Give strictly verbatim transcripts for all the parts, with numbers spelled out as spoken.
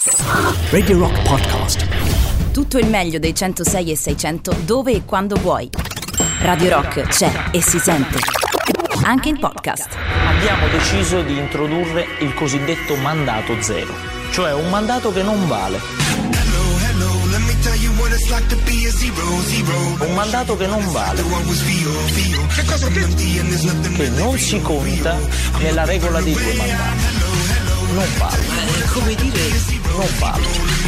Radio Rock Podcast. Tutto il meglio dei centosei e seicento dove e quando vuoi. Radio Rock c'è e si sente anche in podcast. Abbiamo deciso di introdurre il cosiddetto mandato zero, cioè un mandato che non vale. Un mandato che non vale, che non si conta nella regola dei due mandati. Non vale. Come dire? Non vale.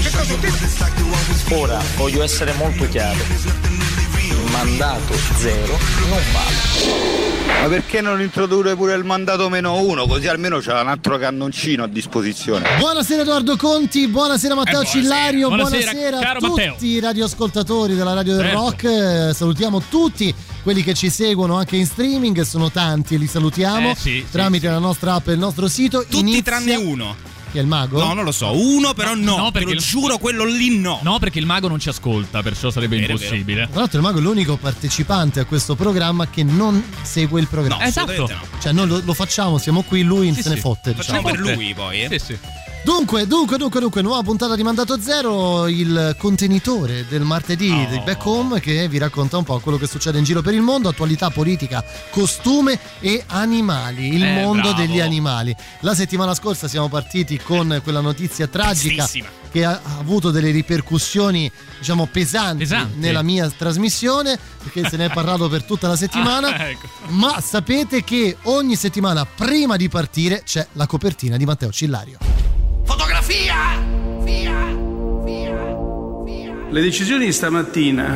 Ora voglio essere molto chiaro. Il mandato zero non vale. Ma perché non introdurre pure il mandato meno uno? Così almeno c'è un altro cannoncino a disposizione. Buonasera Edoardo Conti, buonasera Matteo eh, buonasera. Cillario, buonasera, buonasera a tutti Matteo. I radioascoltatori della Radio del certo. Rock. Eh, salutiamo tutti quelli che ci seguono anche in streaming, sono tanti, li salutiamo eh, sì, tramite sì, la nostra app e il nostro sito. Tutti Inizia... tranne uno. Che è il mago? No, non lo so, uno però no, no perché te lo il... giuro, quello lì no. No, perché il mago non ci ascolta, perciò sarebbe vero, impossibile. Vero. Tra l'altro il mago è l'unico partecipante a questo programma che non segue il programma. No, esatto. No. Cioè noi lo, lo facciamo, siamo qui, lui sì, se sì. ne fotte. Facciamo diciamo. per lui poi, eh? Sì, sì. Dunque, dunque, dunque, dunque, nuova puntata di Mandato Zero, il contenitore del martedì oh. di Back Home che vi racconta un po' quello che succede in giro per il mondo, attualità, politica, costume e animali, il eh, mondo bravo. degli animali. La settimana scorsa siamo partiti con quella notizia tragica Pessissima. che ha avuto delle ripercussioni, diciamo, pesanti, pesanti. nella mia trasmissione, perché se ne è parlato per tutta la settimana. Ah, ecco. Ma sapete che ogni settimana prima di partire c'è la copertina di Matteo Cillario. Fotografia! Via! Via! Via! Le decisioni di stamattina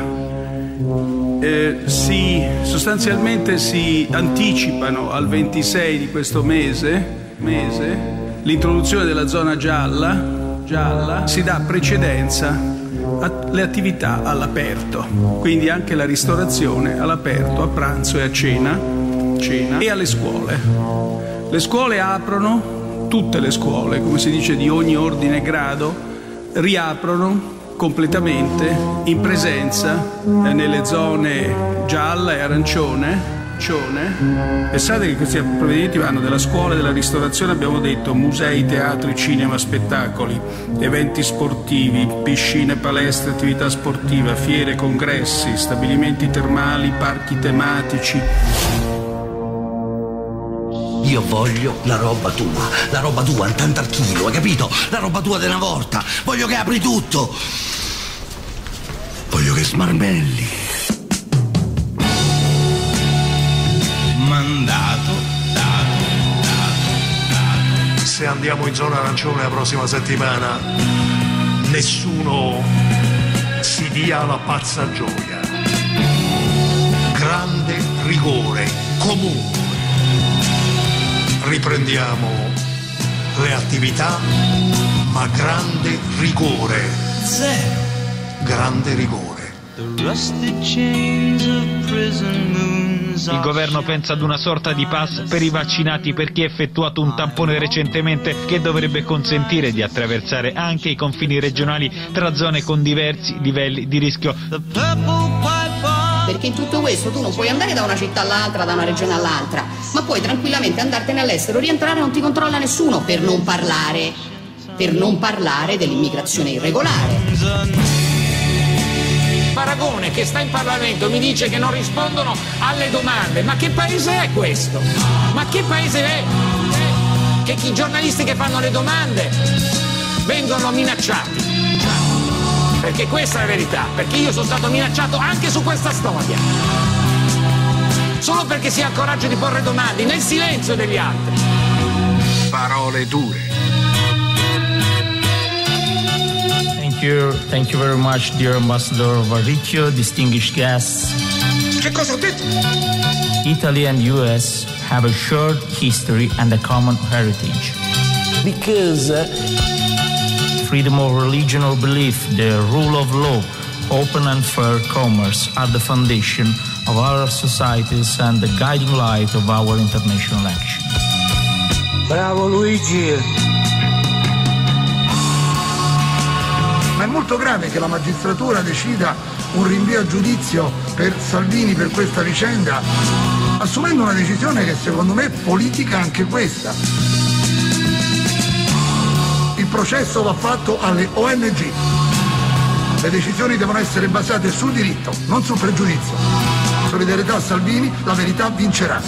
eh, si sostanzialmente si anticipano al ventisei di questo mese, mese l'introduzione della zona gialla, gialla si dà precedenza alle attività all'aperto, quindi anche la ristorazione all'aperto, a pranzo e a cena, cena e alle scuole. Le scuole aprono. Tutte le scuole, come si dice, di ogni ordine e grado, riaprono completamente in presenza eh, nelle zone gialla e arancione. Pensate che questi provvedimenti vanno dalla scuola e della ristorazione, abbiamo detto musei, teatri, cinema, spettacoli, eventi sportivi, piscine, palestre, attività sportiva, fiere, congressi, stabilimenti termali, parchi tematici. Io voglio la roba tua, la roba tua, tanto al chilo, hai capito? La roba tua di una volta, voglio che apri tutto, voglio che smarmelli. Mandato, dato, dato, dato. Se andiamo in zona arancione la prossima settimana, nessuno si dia la pazza gioia. Grande rigore, comunque. Riprendiamo le attività, ma grande rigore. Zero. Grande rigore. Il governo pensa ad una sorta di pass per i vaccinati per chi ha effettuato un tampone recentemente che dovrebbe consentire di attraversare anche i confini regionali tra zone con diversi livelli di rischio. Perché in tutto questo tu non puoi andare da una città all'altra, da una regione all'altra, ma puoi tranquillamente andartene all'estero, rientrare, non ti controlla nessuno, per non parlare, per non parlare dell'immigrazione irregolare. Paragone che sta in Parlamento mi dice che non rispondono alle domande, ma che paese è questo? Ma che paese è? Che i giornalisti che fanno le domande vengono minacciati. Perché questa è la verità, perché io sono stato minacciato anche su questa storia. Solo perché si ha il coraggio di porre domande nel silenzio degli altri. Parole dure. Thank you, thank you very much, dear Ambassador Varricchio, distinguished guests. Che cosa ho detto? Italy and U S have a shared history and a common heritage. Because freedom of religion or belief, the rule of law, open and fair commerce are the foundation of our societies and the guiding light of our international action. Bravo Luigi! Ma è molto grave che la magistratura decida un rinvio a giudizio per Salvini per questa vicenda, assumendo una decisione che secondo me è politica anche questa. Il processo va fatto alle O N G. Le decisioni devono essere basate sul diritto, non sul pregiudizio. Solidarietà a Salvini, la verità vincerà.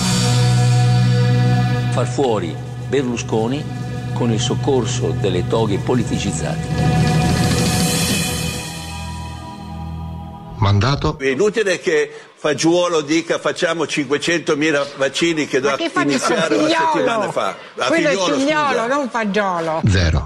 Far fuori Berlusconi con il soccorso delle toghe politicizzate. Mandato. È inutile che Fagiuolo dica facciamo cinquecentomila vaccini che da iniziare una settimana fa. A quello Figliolo, è Figliolo, scusa. Non Fagiolo. Zero.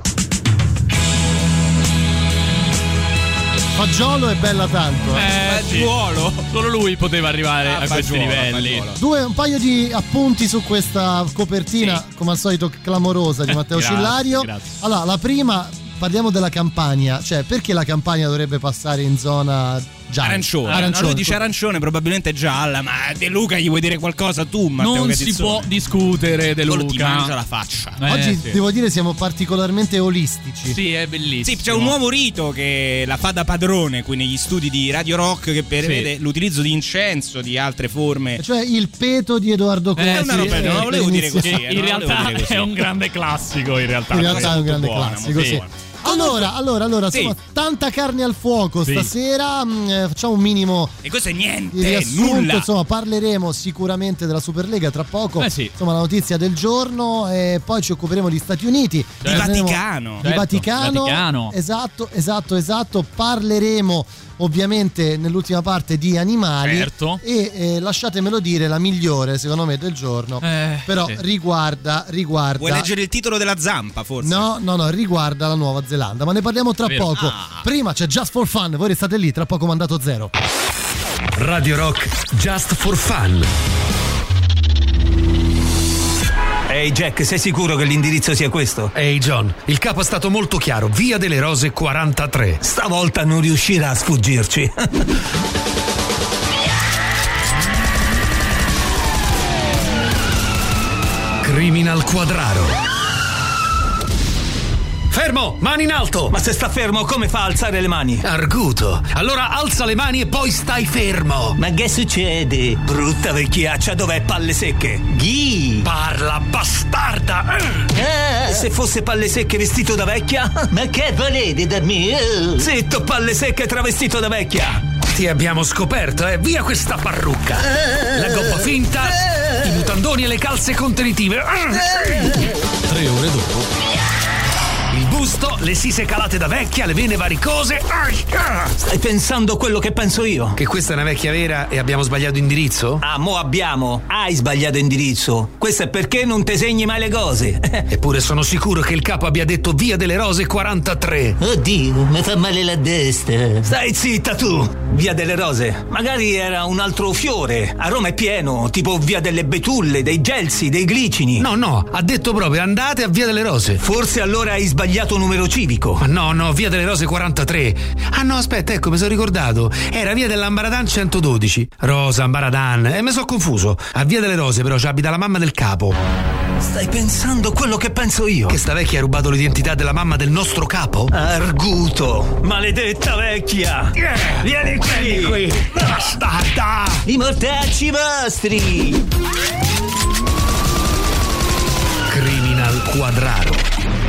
Fagiolo è bella tanto. Eh, Fagiuolo. Sì. Solo lui poteva arrivare ah, a Fagiolo, questi livelli. Fagiolo. Due, un paio di appunti su questa copertina, sì. come al solito clamorosa di Matteo grazie, Cillario. Grazie. Allora, la prima, parliamo della Campania. Cioè, perché la Campania dovrebbe passare in zona gialla? Arancione. arancione. No, lui dice arancione, probabilmente gialla. Ma De Luca gli vuoi dire qualcosa tu, Matteo Non Catizzone? si può discutere De Luca. Ti mangia la faccia. Eh, Oggi sì. devo dire siamo particolarmente olistici. Sì, è bellissimo. Sì, c'è un nuovo rito che la fa da padrone qui negli studi di Radio Rock, che prevede sì. l'utilizzo di incenso, di altre forme. Cioè il peto di Edoardo Conti. È una roba, non lo volevo dire così. In realtà è un grande classico. In realtà, in realtà è un grande buona, classico, sì. buona. Allora, allora, allora, sì. insomma, tanta carne al fuoco sì. stasera. Mh, facciamo un minimo. E questo è niente, di riassunto, nulla. Insomma, parleremo sicuramente della Superlega tra poco. Eh sì. Insomma, la notizia del giorno. E poi ci occuperemo di Stati Uniti, di parleremo, Vaticano. Di certo, Vaticano. Vaticano. Esatto, esatto, esatto. Parleremo ovviamente nell'ultima parte di animali. Certo. E eh, lasciatemelo dire, la migliore secondo me del giorno. Eh, Però sì. riguarda, riguarda. Vuoi leggere il titolo della zampa, forse? No, no, no, riguarda la Nuova Zelanda, ma ne parliamo tra Vero. poco. Ah. Prima c'è Just for Fun, voi restate lì, tra poco mandato zero. Radio Rock Just for Fun. Ehi hey Jack, sei sicuro che l'indirizzo sia questo? Ehi hey John, il capo è stato molto chiaro, via delle Rose quarantatré. Stavolta non riuscirà a sfuggirci. Criminal Quadraro. Fermo, mani in alto! Ma se sta fermo, come fa a alzare le mani? Arguto, allora alza le mani e poi stai fermo. Ma che succede? Brutta vecchiaccia, dov'è Palle Secche? Ghi! Parla, bastarda! Eh, se fosse Palle Secche vestito da vecchia? Ma che volete da me? Zitto, Palle Secche travestito da vecchia! Ti abbiamo scoperto, eh? Via questa parrucca! La gobba finta, i mutandoni e le calze contenitive. Tre ore dopo. Il busto, le sise calate da vecchia, le vene varicose. Stai pensando quello che penso io? Che questa è una vecchia vera e abbiamo sbagliato indirizzo? Ah, mo abbiamo. Hai sbagliato indirizzo. Questo è perché non te segni mai le cose. Eppure sono sicuro che il capo abbia detto via delle Rose quarantatré. Oddio, mi fa male la destra. Stai zitta tu. Via delle Rose. Magari era un altro fiore. A Roma è pieno, tipo via delle Betulle, dei Gelsi, dei Glicini. No, no, ha detto proprio andate a via delle Rose. Forse allora hai sbagliato numero civico. Ma no, no, via delle Rose quarantatré. Ah no, aspetta, ecco, mi sono ricordato. Era via dell'Ambaradan centododici. Rosa, Ambaradan. E mi sono confuso. A via delle Rose però ci abita la mamma del capo. Stai pensando quello che penso io? Che sta vecchia ha rubato l'identità della mamma del nostro capo? Arguto, maledetta vecchia. Yeah. Vieni qui. Vieni qui. Bastarda. I mortacci vostri. Criminal Quadraro.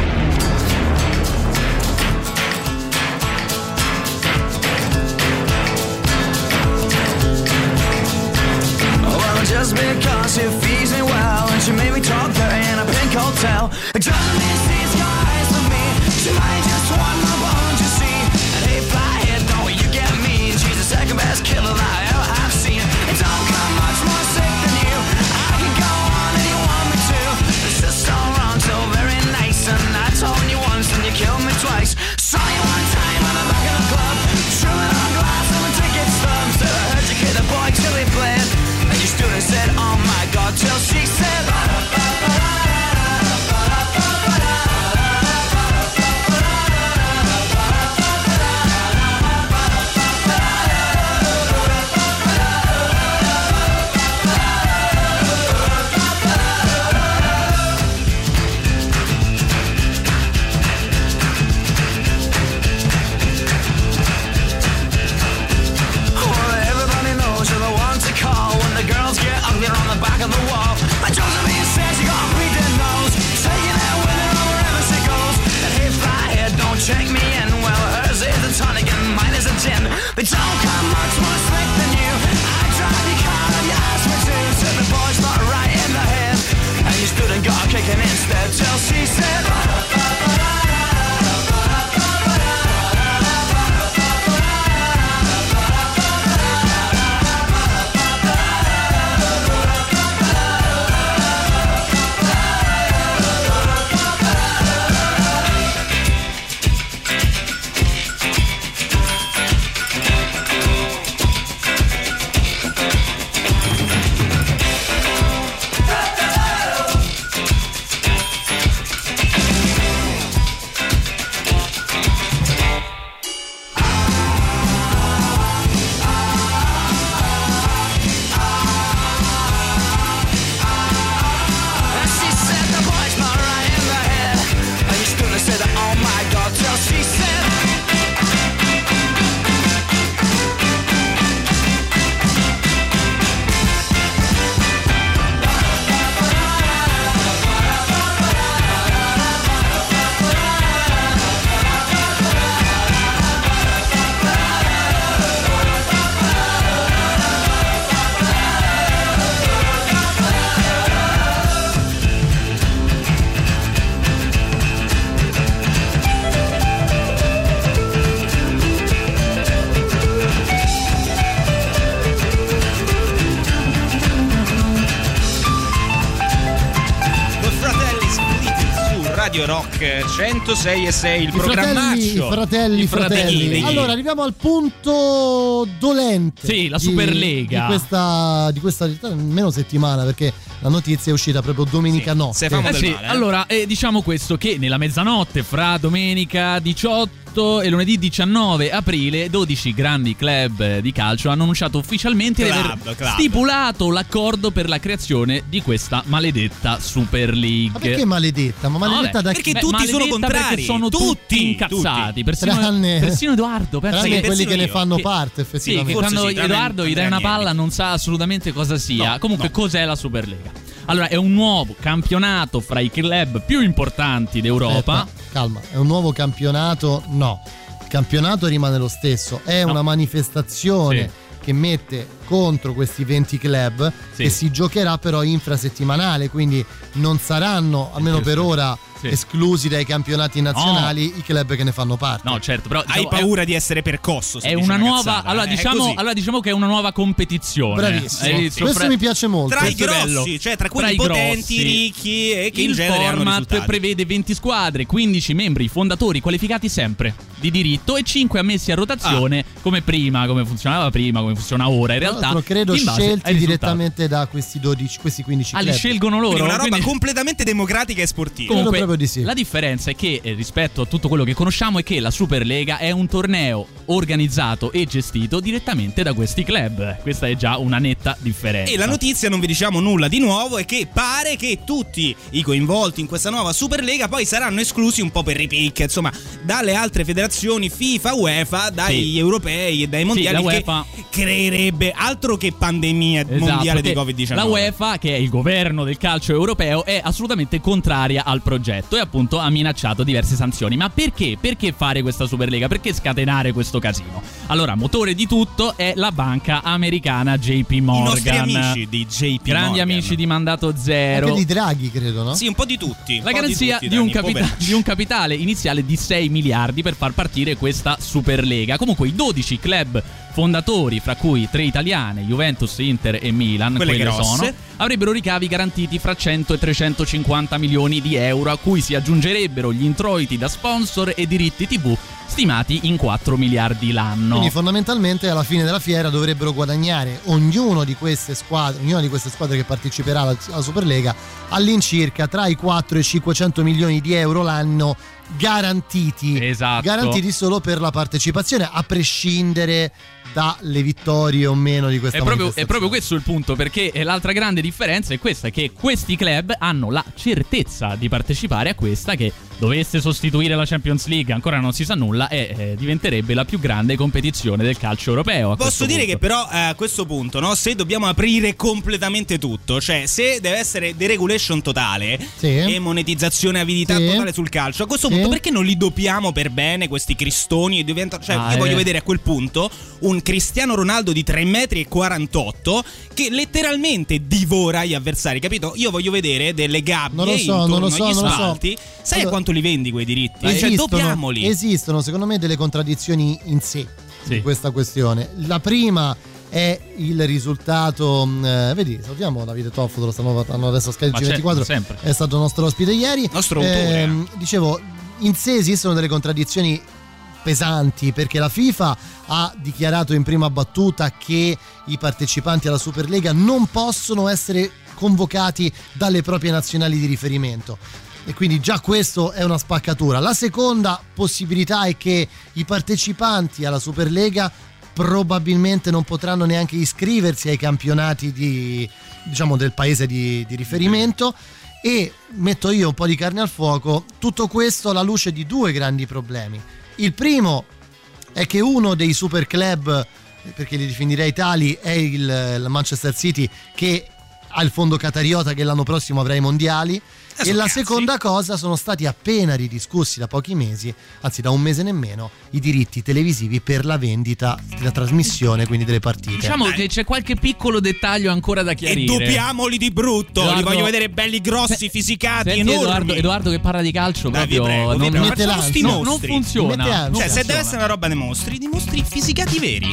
Just because it feeds me well, and she made me talk dirty in a pink hotel. It doesn't mean she's got eyes for me. She might just want my bone to see. And hey, flyhead, don't you get me? She's the second best killer that I ever have seen. It don't come much more sick than you. I can go on and you want me to. It's just all wrong, so very nice. And I told you once and you killed me twice. Saw you one time on the back of the club, chewing on glass and the ticket stubs. So I heard you get the boy till he bled. And you stood and said, oh my God, till she said, But don't come much more slick than you. I drive your car and you ask me to. Said the boy spot right in the head, and you stood and got a kicking instead till she said. Radio Rock centosei e sei, il I programmaccio. Fratelli, i fratelli, fratelli. Allora arriviamo al punto dolente. Sì, la di, Superlega. Di questa, di questa nemmeno settimana, perché la notizia è uscita proprio domenica sì, notte. Eh sì, male, eh? Allora, eh, diciamo questo, che nella mezzanotte fra domenica diciotto e lunedì diciannove aprile dodici grandi club di calcio hanno annunciato ufficialmente club, di aver club. stipulato l'accordo per la creazione di questa maledetta Super League. Ma perché maledetta? Ma maledetta no, da perché chi? tutti Beh, sono contrari. Perché sono tutti, tutti incazzati. Tutti. Persino, tranne, persino Edoardo. Tranne sì, quelli che ne io. fanno che, parte, effettivamente. Sì, che quando sì, Edoardo gli dai una palla non sa assolutamente cosa sia. No, Comunque, no. Cos'è la Superlega? Allora, è un nuovo campionato fra i club più importanti d'Europa. Aspetta, calma, è un nuovo campionato? No. Il campionato rimane lo stesso, è no. una manifestazione sì. che mette contro questi venti club sì. che si giocherà però infrasettimanale, quindi non saranno, almeno per ora, sì. esclusi dai campionati nazionali no. i club che ne fanno parte. No, certo, però hai paura è, di essere percosso. È una, una nuova. Cazzata, allora, eh, diciamo, allora diciamo che è una nuova competizione. Bravissimo. Eh, Questo fra... mi piace molto. Tra i grossi, bello. Cioè tra quelli tra potenti, ricchi e che il in genere format prevede venti squadre, quindici membri fondatori qualificati sempre di diritto e cinque ammessi a rotazione, ah. come prima, come funzionava prima, come funziona ora. In realtà, no, credo scelti direttamente da questi dodici, questi quindici ah, club. li scelgono loro. Quindi una roba quindi... completamente democratica e sportiva. Comunque, proprio di sì. La differenza è che eh, rispetto a tutto quello che conosciamo è che la Superlega è un torneo organizzato e gestito direttamente da questi club. Questa è già una netta differenza. E la notizia, non vi diciamo nulla di nuovo, è che pare che tutti i coinvolti in questa nuova Superlega poi saranno esclusi un po' per ripicche, insomma, dalle altre federazioni FIFA, UEFA, dai sì. europei e dai mondiali, sì, che creerebbe altro che pandemia esatto, mondiale di covid diciannove. La UEFA, che è il governo del calcio europeo, è assolutamente contraria al progetto e appunto ha minacciato diverse sanzioni. Ma perché? Perché fare questa Superlega? Perché scatenare questo casino? Allora, motore di tutto è la banca americana J P Morgan. I nostri amici di J P Grandi Morgan. amici di mandato zero. Anche di Draghi, credo, no? Sì, un po' di tutti. La garanzia di, di, un capita- di un capitale iniziale di sei miliardi per far partire questa Superlega. Comunque i dodici club fondatori, fra cui tre italiane, Juventus, Inter e Milan, quelle, quelle grosse, sono, avrebbero ricavi garantiti fra cento e trecentocinquanta milioni di euro, a cui si aggiungerebbero gli introiti da sponsor e diritti tivù stimati in quattro miliardi l'anno. Quindi fondamentalmente alla fine della fiera dovrebbero guadagnare ognuno di queste squadre, ognuna di queste squadre che parteciperà alla, alla Superlega, all'incirca tra i quattro e i cinquecento milioni di euro l'anno garantiti. Esatto. Garantiti solo per la partecipazione, a prescindere dalle vittorie o meno di questa è proprio, manifestazione. È proprio questo il punto, perché l'altra grande differenza è questa, che questi club hanno la certezza di partecipare a questa, che dovesse sostituire la Champions League, ancora non si sa nulla, e eh, diventerebbe la più grande competizione del calcio europeo. Posso dire punto. che però eh, a questo punto, no, se dobbiamo aprire completamente tutto, cioè se deve essere deregulation totale sì. e monetizzazione, avidità sì. totale sul calcio, a questo sì. punto Sì. perché non li dopiamo per bene questi cristoni e diventano, cioè Ah, io eh. voglio vedere a quel punto un Cristiano Ronaldo di tre metri e quarantotto che letteralmente divora gli avversari, capito? Io voglio vedere delle gabbie Non lo so, intorno non lo so, agli non lo so. spalti. Sai Allora, a quanto li vendi quei diritti? Cioè Esistono, dopiamoli. esistono secondo me delle contraddizioni in sé Sì. di questa questione. La prima è il risultato, eh, vedi, salutiamo Davide Toffoto, lo stanno hanno adesso a Sky Ma G ventiquattro, certo, sempre. è stato nostro ospite ieri. Nostro autore. Ehm, dicevo, in sé esistono delle contraddizioni pesanti perché la FIFA ha dichiarato in prima battuta che i partecipanti alla Superlega non possono essere convocati dalle proprie nazionali di riferimento. E quindi già questo è una spaccatura. La seconda possibilità è che i partecipanti alla Superlega probabilmente non potranno neanche iscriversi ai campionati di, diciamo, del paese di, di riferimento. E metto io un po' di carne al fuoco, tutto questo alla luce di due grandi problemi. Il primo è che uno dei super club, perché li definirei tali, è il, il Manchester City, che ha il fondo qatariota che l'anno prossimo avrà i mondiali. E la cazzi. seconda cosa, sono stati appena ridiscussi da pochi mesi, anzi da un mese nemmeno, i diritti televisivi per la vendita della trasmissione, quindi delle partite. Diciamo che c'è qualche piccolo dettaglio ancora da E chiarire. dopiamoli di brutto. Li Edoardo- voglio vedere belli, grossi, Se- fisicati, Senti, enormi. Edoardo, Edoardo che parla di calcio Dai, vi proprio prego, vi non, prego, non- facciamo sti no, non mostri. funziona. Mi mette ansia. non Cioè, se funziona. deve essere una roba dei mostri, di mostri fisicati veri.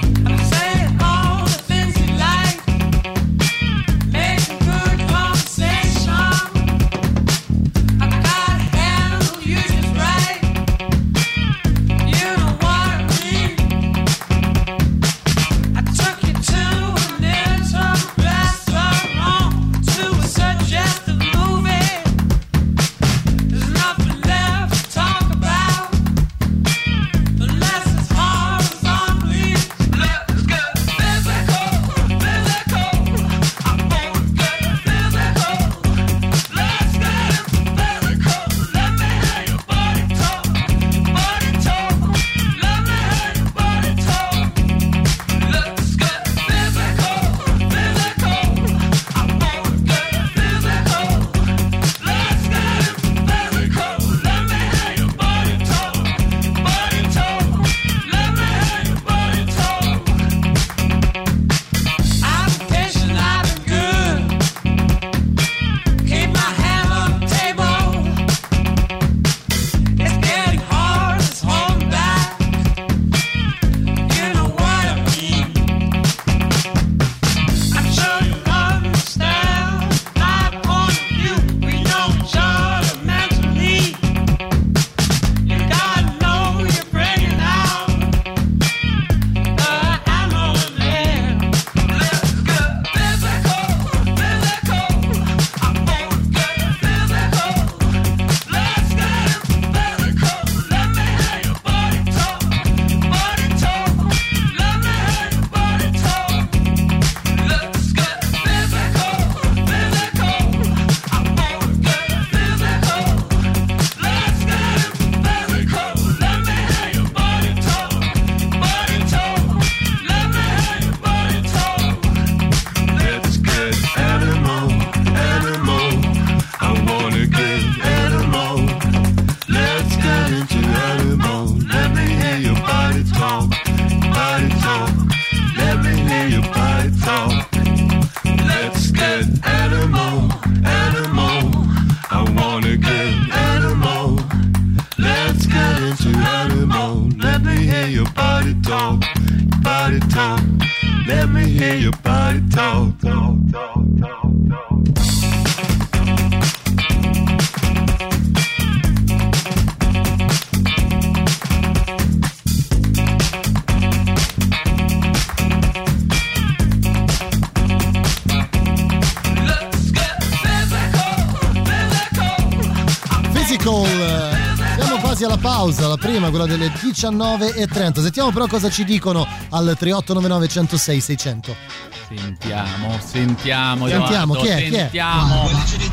Siamo quasi alla pausa, la prima, quella delle diciannove e trenta. Sentiamo però cosa ci dicono al tre otto nove nove uno zero sei sei zero zero. Sentiamo, sentiamo, Sentiamo, Edoardo, chi è? Chi è? sentiamo.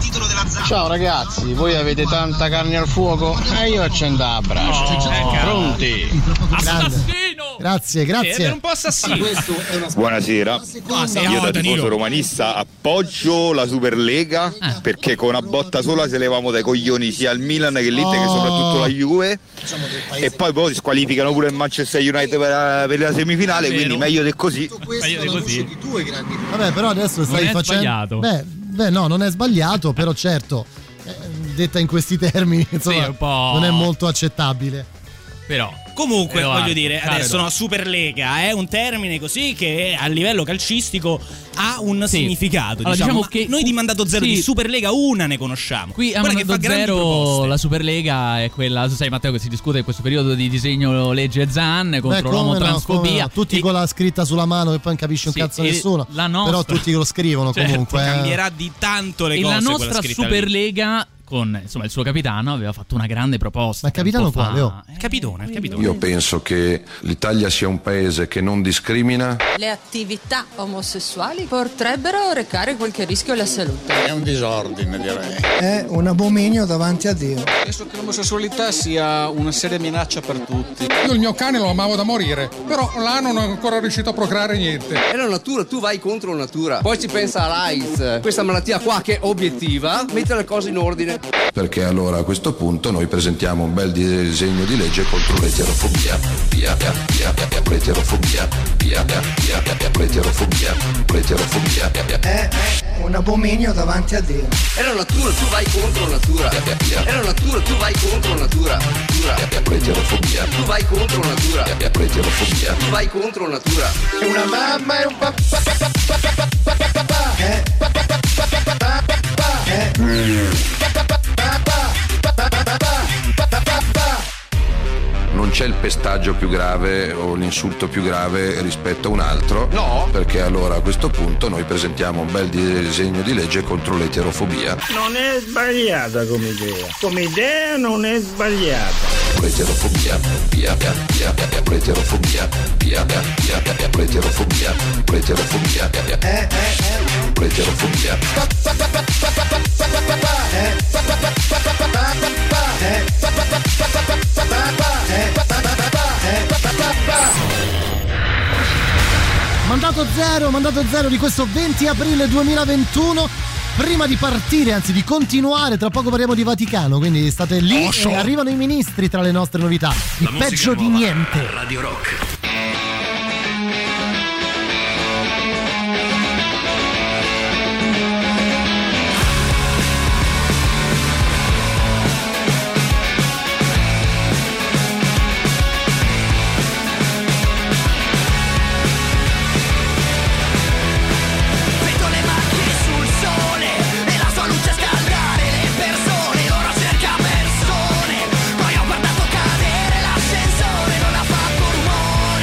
Ciao ragazzi, voi avete tanta carne al fuoco e io accendo la brace. Oh, Pronti? Grande. Assassino! Grazie, grazie. È un po' assassino. Buonasera. No, sei Io da otta, tifoso Nilo. romanista appoggio la Superlega Ah. perché con una botta sola se levamo dai coglioni sia il Milan che l'Inter che soprattutto la Juve e poi poi si squalificano pure il Manchester United per, per la semifinale, quindi meglio di così. Meglio di così. Vabbè, però adesso stai Non è facendo. sbagliato. Beh, beh, no, non è sbagliato, però certo, eh, detta in questi termini, insomma, Sì, un po'. non è molto accettabile. Però Comunque, Edoardo, voglio dire, caro adesso Edoardo. no, Superlega è un termine così che a livello calcistico ha un Sì. significato. Allora, diciamo, diciamo ma che noi di Mandato Zero sì. di Superlega una ne conosciamo. Qui a Quella che fa Mandato grandi Zero proposte. la Superlega è quella, tu sai Matteo, che si discute in questo periodo di disegno legge Zan Beh, contro come no, l'omotransfobia. come no, tutti E- con la scritta sulla mano che poi non capisce un Sì, cazzo e nessuno. la nostra- Però tutti lo scrivono Certo, comunque. eh. Cambierà di tanto le e cose la quella nostra scritta lì. Superlega con insomma il suo capitano aveva fatto una grande proposta. Ma capitano tempo fa. quale? Oh? Capitone, il capitone. Io penso che l'Italia sia un paese che non discrimina. Le attività omosessuali potrebbero recare qualche rischio alla salute. È un disordine, direi. È un abominio davanti a Dio. Penso che l'omosessualità sia una seria minaccia per tutti. Io il mio cane lo amavo da morire, però là non ho ancora riuscito a procreare niente. È la natura, tu vai contro la natura. Poi si pensa all'AIDS, questa malattia qua che è obiettiva, mette le cose in ordine. Perché allora a questo punto noi presentiamo un bel disegno di legge contro l'eterofobia. Via, via, via, via, via, l'eterofobia. Via, via, via, via, via, l'eterofobia. L'eterofobia, via, via. È un abominio davanti a Dio. È la natura, tu vai contro la natura. Via, via, via. È la natura, tu vai contro la natura. Natura. Via, via, l'eterofobia. Tu vai contro la natura. Via, via, l'eterofobia. Tu vai contro la natura. È una mamma e un papà. È Non c'è il pestaggio più grave o l'insulto più grave rispetto a un altro. No. Perché allora a questo punto noi presentiamo un bel disegno di legge contro l'eterofobia. Non è sbagliata come idea. Come idea non è sbagliata. L'eterofobia. Via, via, via, via, via, l'eterofobia. Via, via, via, via, via, l'eterofobia. L'eterofobia, via, via. È L'eterofobia. Mandato zero, mandato zero di questo venti aprile duemilaventuno. Prima di partire, anzi di continuare, tra poco parliamo di Vaticano, quindi state lì Osho. e arrivano i ministri tra le nostre novità. Il La peggio musica di nuova, niente. Radio Rock. Vedo le macchine sul sole e la sua luce scaldare le persone. Ora cerca persone. Poi ho guardato cadere l'ascensore, non ha fatto rumore.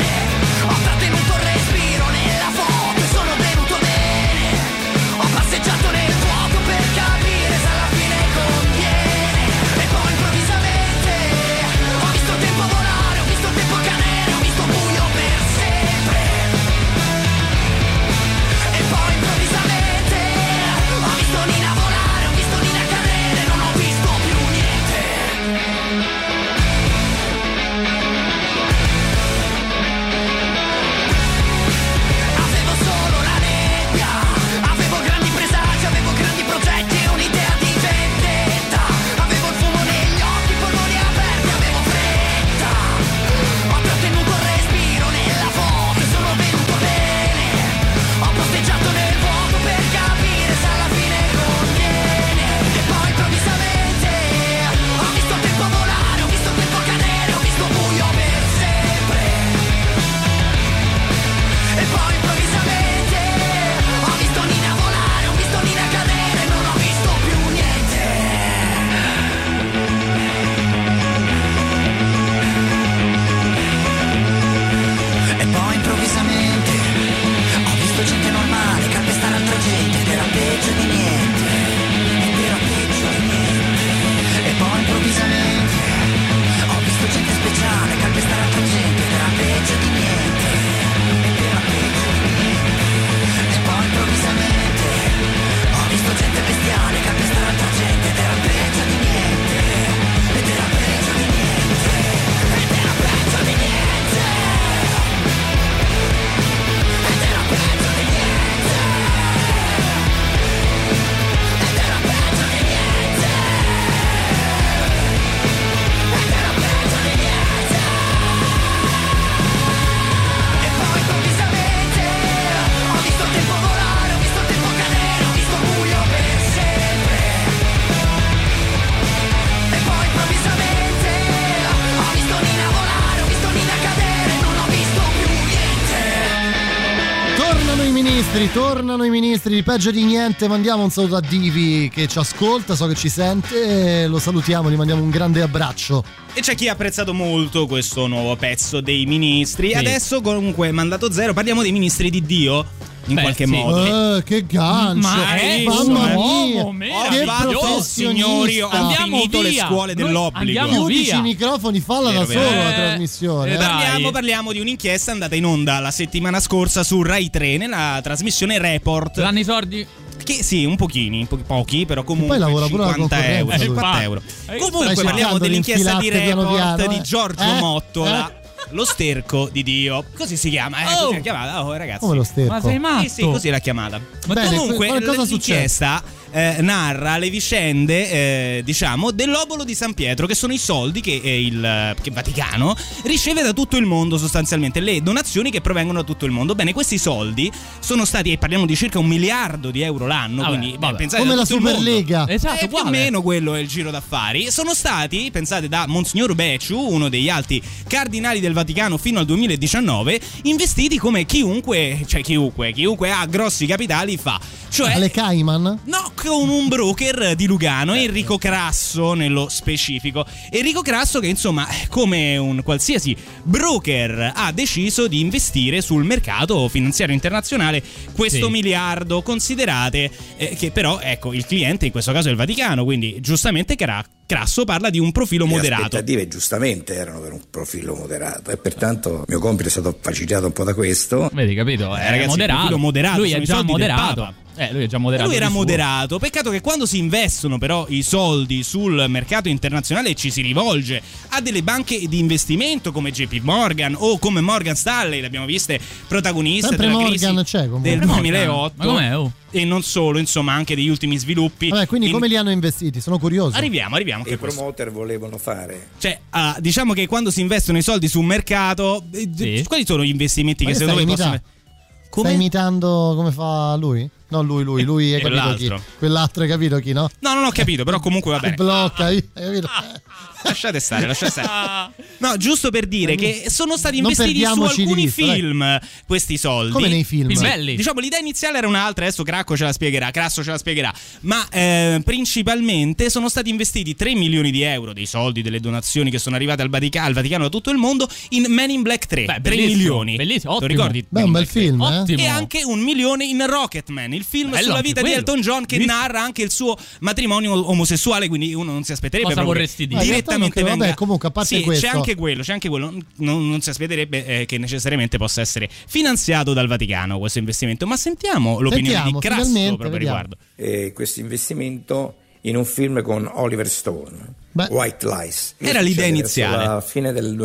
ministri, tornano i ministri di Peggio di Niente. Mandiamo un saluto a Divi che ci ascolta, so che ci sente, lo salutiamo, gli mandiamo un grande abbraccio. E c'è chi ha apprezzato molto questo nuovo pezzo dei ministri. Sì. Adesso comunque mandato zero, parliamo dei ministri di Dio. In Beh, qualche sì. modo eh, che gancio, ma eh, mamma mia, mia. Che professionista. Signori, ho andiamo finito via. le scuole Noi dell'obbligo. Chiudici i microfoni, falla da solo eh, la trasmissione. Eh, parliamo, parliamo di un'inchiesta andata in onda la settimana scorsa su Rai tre nella trasmissione Report. Danno i sordi? Che sì, un pochini, po- pochi, però comunque e poi lavora pure cinquanta euro. Eh, cinquanta euro. Eh, comunque parliamo dell'inchiesta di Report piano piano, eh? di Giorgio eh? Mottola. Eh? Lo sterco di Dio, così si chiama, eh, oh. così l'ha chiamata, oh ragazzi. Come lo sterco? Ma sei matto? Sì, sì, così l'ha chiamata. Ma bene, comunque cosa l'inchiesta eh, narra le vicende, eh, diciamo, dell'obolo di San Pietro, che sono i soldi che eh, il che Vaticano riceve da tutto il mondo, sostanzialmente, le donazioni che provengono da tutto il mondo. Bene, questi soldi sono stati, e parliamo di circa un miliardo di euro l'anno, vabbè, quindi vabbè. Beh, pensate come da la tutto il Superlega. mondo. Esatto, eh, più o meno quello è il giro d'affari. Sono stati, pensate, da Monsignor Becciu, uno degli alti cardinali del Vaticano fino al duemiladiciannove, investiti come chiunque, cioè chiunque, chiunque ha grossi capitali fa. Cioè le Cayman? No, con un broker di Lugano, Enrico Crasso nello specifico. Enrico Crasso che insomma, come un qualsiasi broker, ha deciso di investire sul mercato finanziario internazionale questo sì. miliardo. Considerate eh, che però, ecco, il cliente in questo caso è il Vaticano, quindi giustamente Crasso parla di un profilo Le moderato. Le aspettative giustamente erano per un profilo moderato e pertanto il mio compito è stato facilitato un po' da questo. Vedi, capito? È ragazzi, moderato. moderato. Lui è già moderato. Eh, lui è già moderato. Lui era moderato. Peccato che quando si investono però i soldi sul mercato internazionale ci si rivolge a delle banche di investimento come J P Morgan o come Morgan Stanley, le abbiamo viste protagoniste Sempre della Morgan crisi c'è, del duemilaotto. Ma com'è? Oh. E non solo, insomma, anche degli ultimi sviluppi. Vabbè, quindi in... come li hanno investiti? Sono curioso. Arriviamo, arriviamo. I promoter volevano fare. Cioè, uh, diciamo che quando si investono i soldi su un mercato, sì. quali sono gli investimenti Ma che secondo voi possono... Come? Stai imitando come fa lui? No, lui, lui, lui hai capito chi? Quell'altro hai capito chi, no? No, non ho capito, però comunque va bene. Blocca, hai capito? Lasciate stare, lasciate stare. No, giusto per dire che sono stati investiti su alcuni vista, film dai. questi soldi. Come nei film? Sì, belli. Diciamo l'idea iniziale era un'altra, adesso Cracco ce la spiegherà, Crasso ce la spiegherà. Ma eh, principalmente sono stati investiti tre milioni di euro dei soldi delle donazioni che sono arrivate al, Vatica- al Vaticano da tutto il mondo in Men in Black tre. Beh, tre milioni. Bellissimo, ottimo. Lo ricordi? Beh, un bel film, eh? Ottimo. E anche un milione in Rocketman, il film Bello, sulla vita di Elton John che Mi... narra anche il suo matrimonio omosessuale, quindi uno non si aspetterebbe. Cosa vorresti dire? Direttamente vabbè, venga... comunque a parte sì, questo c'è anche quello, c'è anche quello. Non, non si aspetterebbe eh, che necessariamente possa essere finanziato dal Vaticano questo investimento, ma sentiamo l'opinione sentiamo, di Crasso proprio vediamo. riguardo. Eh, questo investimento in un film con Oliver Stone, Beh. White Lies. Era l'idea iniziale. Alla fine del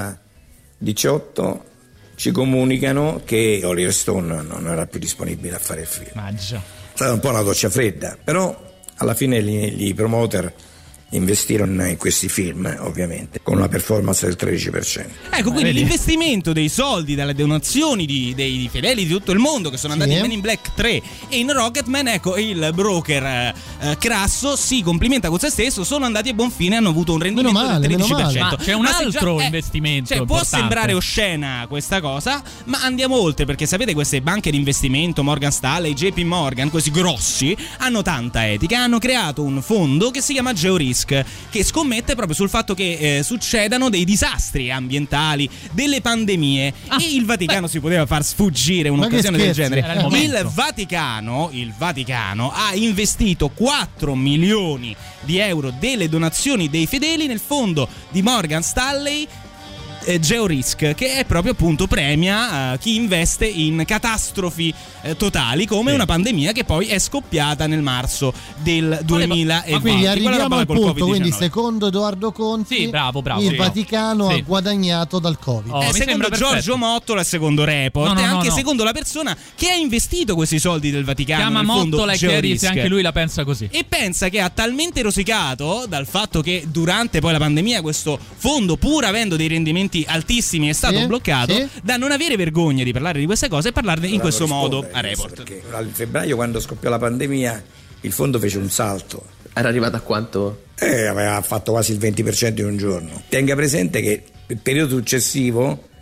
duemiladiciotto ci comunicano che Oliver Stone non era più disponibile a fare il film. Maggia. È stata un po' una doccia fredda, però alla fine gli, gli promoter investirono in questi film, ovviamente, con una performance del tredici per cento. Ecco, quindi Vedi. l'investimento dei soldi dalle donazioni di, dei fedeli di tutto il mondo che sono andati sì. in Men in Black tre e in Rocketman, ecco, il broker eh, Crasso si complimenta con se stesso, sono andati a buon fine, hanno avuto un rendimento male, del tredici per cento. Ma c'è un ma altro già, investimento eh, cioè, importante. può sembrare oscena questa cosa, ma andiamo oltre, perché sapete queste banche di investimento, Morgan Stanley, J P Morgan, questi grossi, hanno tanta etica, hanno creato un fondo che si chiama GeoRisk, che scommette proprio sul fatto che eh, succedano dei disastri ambientali, delle pandemie, ah, e il Vaticano beh. si poteva far sfuggire un'occasione del genere. Il, il Vaticano, il Vaticano ha investito quattro milioni di euro delle donazioni dei fedeli nel fondo di Morgan Stanley eh, GeoRisk, che è proprio appunto premia eh, chi investe in catastrofi eh, totali come sì. una pandemia che poi è scoppiata nel marzo del duemilaventi. Ma quindi arriviamo al punto, quindi secondo Edoardo Conti sì, bravo, bravo, il sì. Vaticano sì. ha guadagnato dal Covid. Oh, eh, secondo Giorgio Mottola, secondo Report, no, no, e anche no, no. secondo la persona che ha investito questi soldi del Vaticano. Chiama nel fondo Mottola e chiarisce, anche lui la pensa così. E pensa che ha talmente rosicato dal fatto che durante poi la pandemia questo fondo, pur avendo dei rendimenti altissimi, è stato sì, bloccato, sì. da non avere vergogna di parlare di queste cose e parlarne in questo modo a Report. Perché a febbraio, quando scoppiò la pandemia, il fondo fece un salto. Era arrivato a quanto? Eh, aveva fatto quasi il venti per cento in un giorno. Tenga presente che il periodo successivo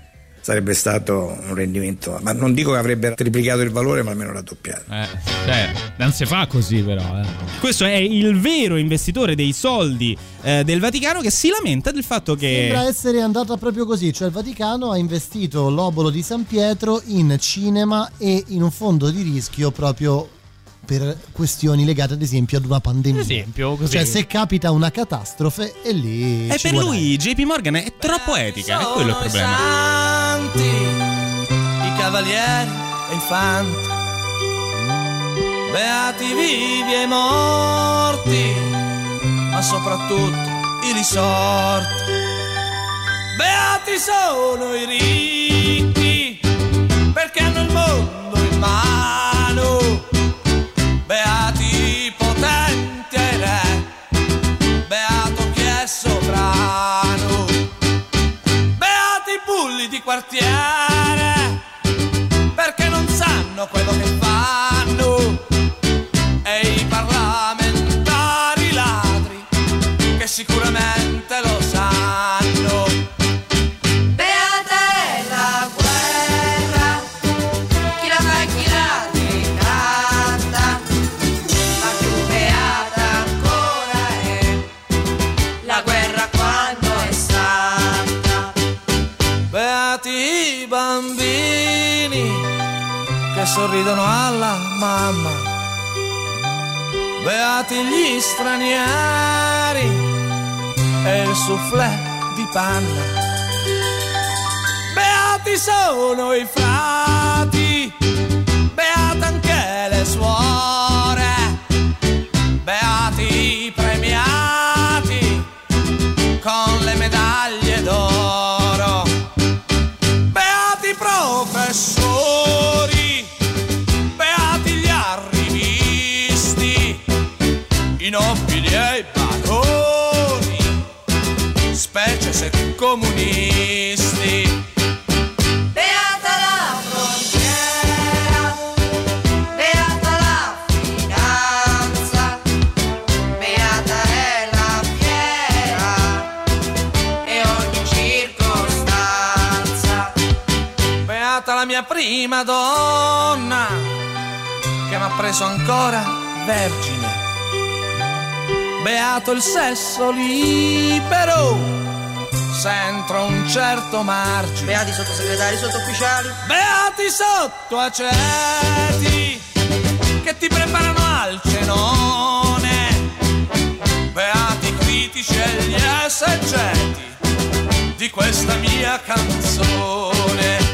sarebbe stato un rendimento, ma non dico che avrebbe triplicato il valore, ma almeno raddoppiato. Eh, cioè, non si fa così però. Eh. Questo è il vero investitore dei soldi eh, del Vaticano, che si lamenta del fatto che sembra essere andata proprio così, cioè il Vaticano ha investito l'obolo di San Pietro in cinema e in un fondo di rischio proprio per questioni legate ad esempio ad una pandemia. Ad esempio, così. Cioè se capita una catastrofe e lì e ci per guadagni. lui J P Morgan è troppo etica, è quello il problema. Santi, i cavalieri e i fanti, beati vivi e morti, ma soprattutto i risorti. Beati sono i ricchi, perché hanno il mondo in mano. Beati i potenti e re, beato chi è sovrano. Beati i bulli di quartiere, perché non sanno quello che fanno. E i parlamentari ladri, che sicuramente lo sanno. Beata è la guerra, chi la fa e chi la decanta, ma più beata ancora è la guerra quando è santa. Beati i bambini che sorridono alla mamma, beati gli stranieri e il soufflé di panna. Beati sono i frati, beate anche le suore, beati i premiati con le medaglie d'oro. Beati i professori, beati gli arrivisti, i nobili e i baroni, specie se comunisti. Beata la frontiera, beata la finanza, beata è la fiera e ogni circostanza. Beata la mia prima donna, che m'ha preso ancora vergine. Beato il sesso libero, se entro un certo margine. Beati sottosegretari, sottufficiali, beati sottoaceti, che ti preparano al cenone. Beati i critici e gli esegeti di questa mia canzone.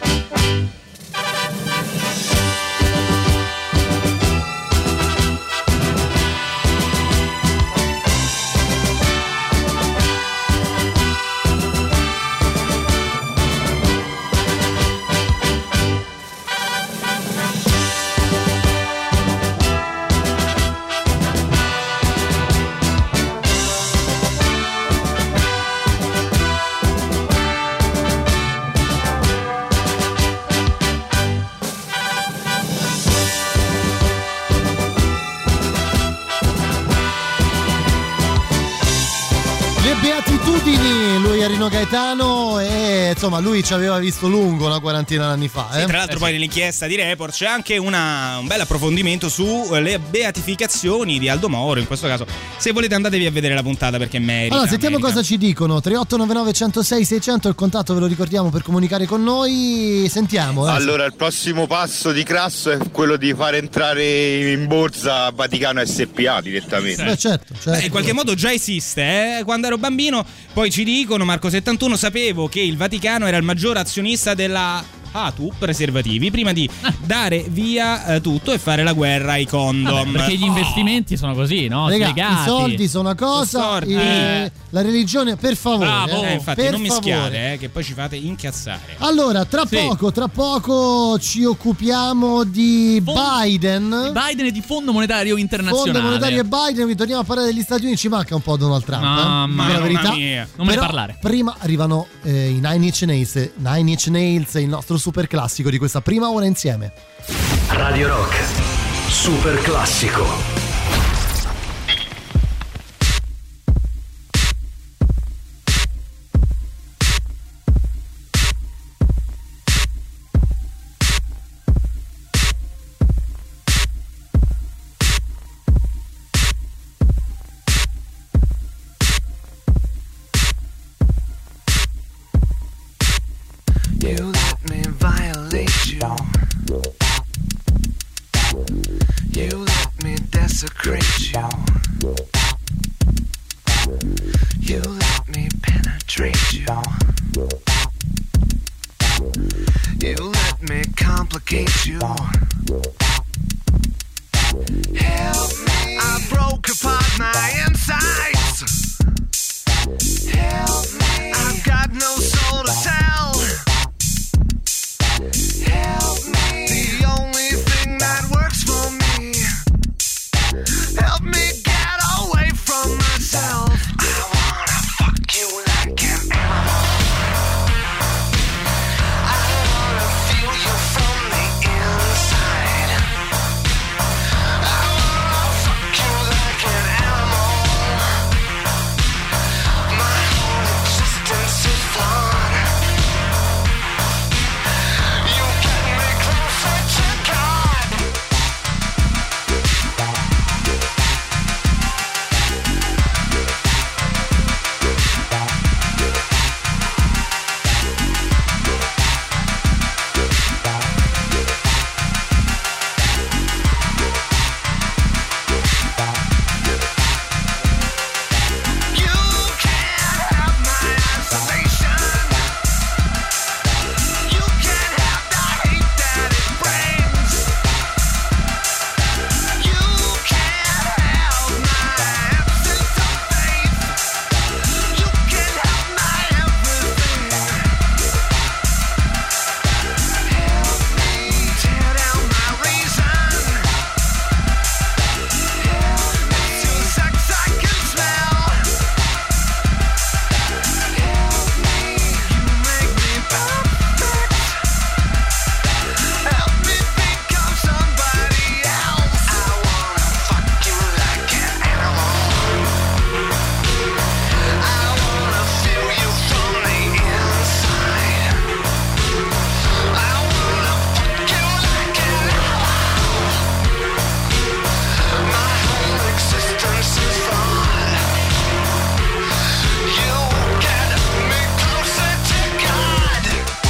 Beatitudini, lui è Rino Gaetano e insomma lui ci aveva visto lungo una quarantina d'anni fa. Eh? Sì, tra l'altro eh, poi sì. Nell'inchiesta di Report c'è anche una, un bel approfondimento sulle beatificazioni di Aldo Moro. In questo caso, se volete andatevi a vedere la puntata perché merita. Allora sentiamo merita. cosa ci dicono. Tre otto nove nove uno zero sei sei zero zero, il contatto ve lo ricordiamo per comunicare con noi. Sentiamo. Eh. Allora il prossimo passo di Crasso è quello di far entrare in borsa Vaticano S P A direttamente. Beh, certo, certo. Beh, in qualche modo già esiste, eh? Quando ero bambino poi ci dicono, Marco settantuno, sapevo che il Vaticano era il maggior azionista della A T U, preservativi, prima di dare via eh, tutto e fare la guerra ai condom. Vabbè, perché gli investimenti oh. sono così, no? Regà, Slegati. i soldi sono una cosa, i, eh. la religione per favore. Bravo. Eh, infatti per non favore. mischiate, eh, che poi ci fate incazzare. Allora, tra sì. poco, tra poco ci occupiamo di Fond- Biden. Biden e di Fondo Monetario Internazionale. Fondo Monetario e Biden, torniamo a parlare degli Stati Uniti, ci manca un po' Donald Trump. No, eh? ma la verità. Mia. Non me ne parlare. Prima arrivano eh, i Nine Inch Nails, Nine Inch Nails, il nostro super classico di questa prima ora insieme. Radio Rock, super classico. You let me violate you. You let me desecrate you. You let me penetrate you. You let me complicate you. Help me. I broke apart my insides. Help me. I've got no soul to tell. Help me. The only thing that works for me. Help me get away from myself. I wanna fuck you like an animal. I wanna feel you from the inside. I wanna fuck you like an animal. My whole existence is flawed. You get me closer to God. You can't have my isolation. You can't have the hate that it brings. You can't have my absence of faith. You can have my everything. Help me tear down my reason. It's your sex I can smell. Help me, you make me perfect. Help me become somebody else. I wanna fuck you like an animal. I wanna feel you from the inside. I wanna fuck you like an animal. My whole existence is flawed. You get me closer to God.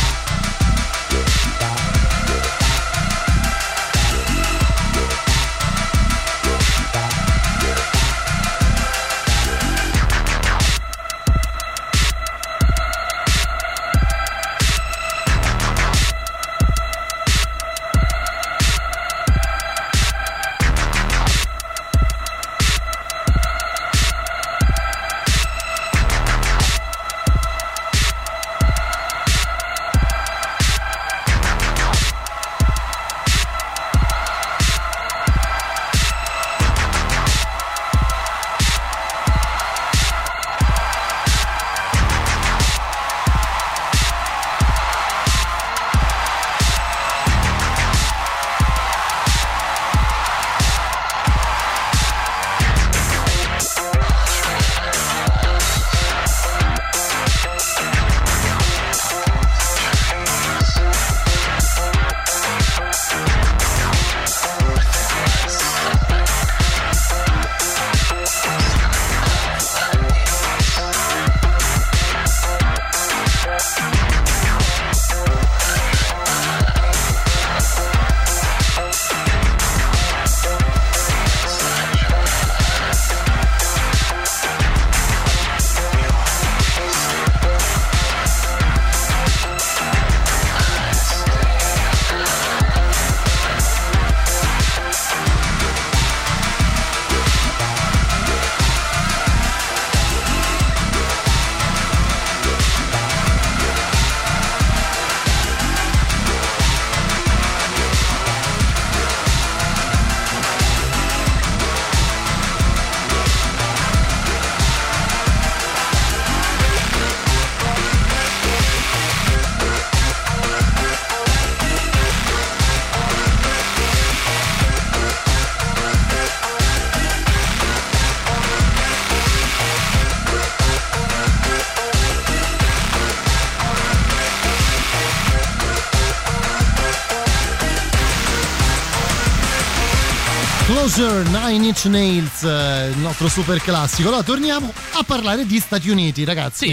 Closer, Nine Inch Nails, il nostro super classico. Allora torniamo a parlare di Stati Uniti, ragazzi. Sì.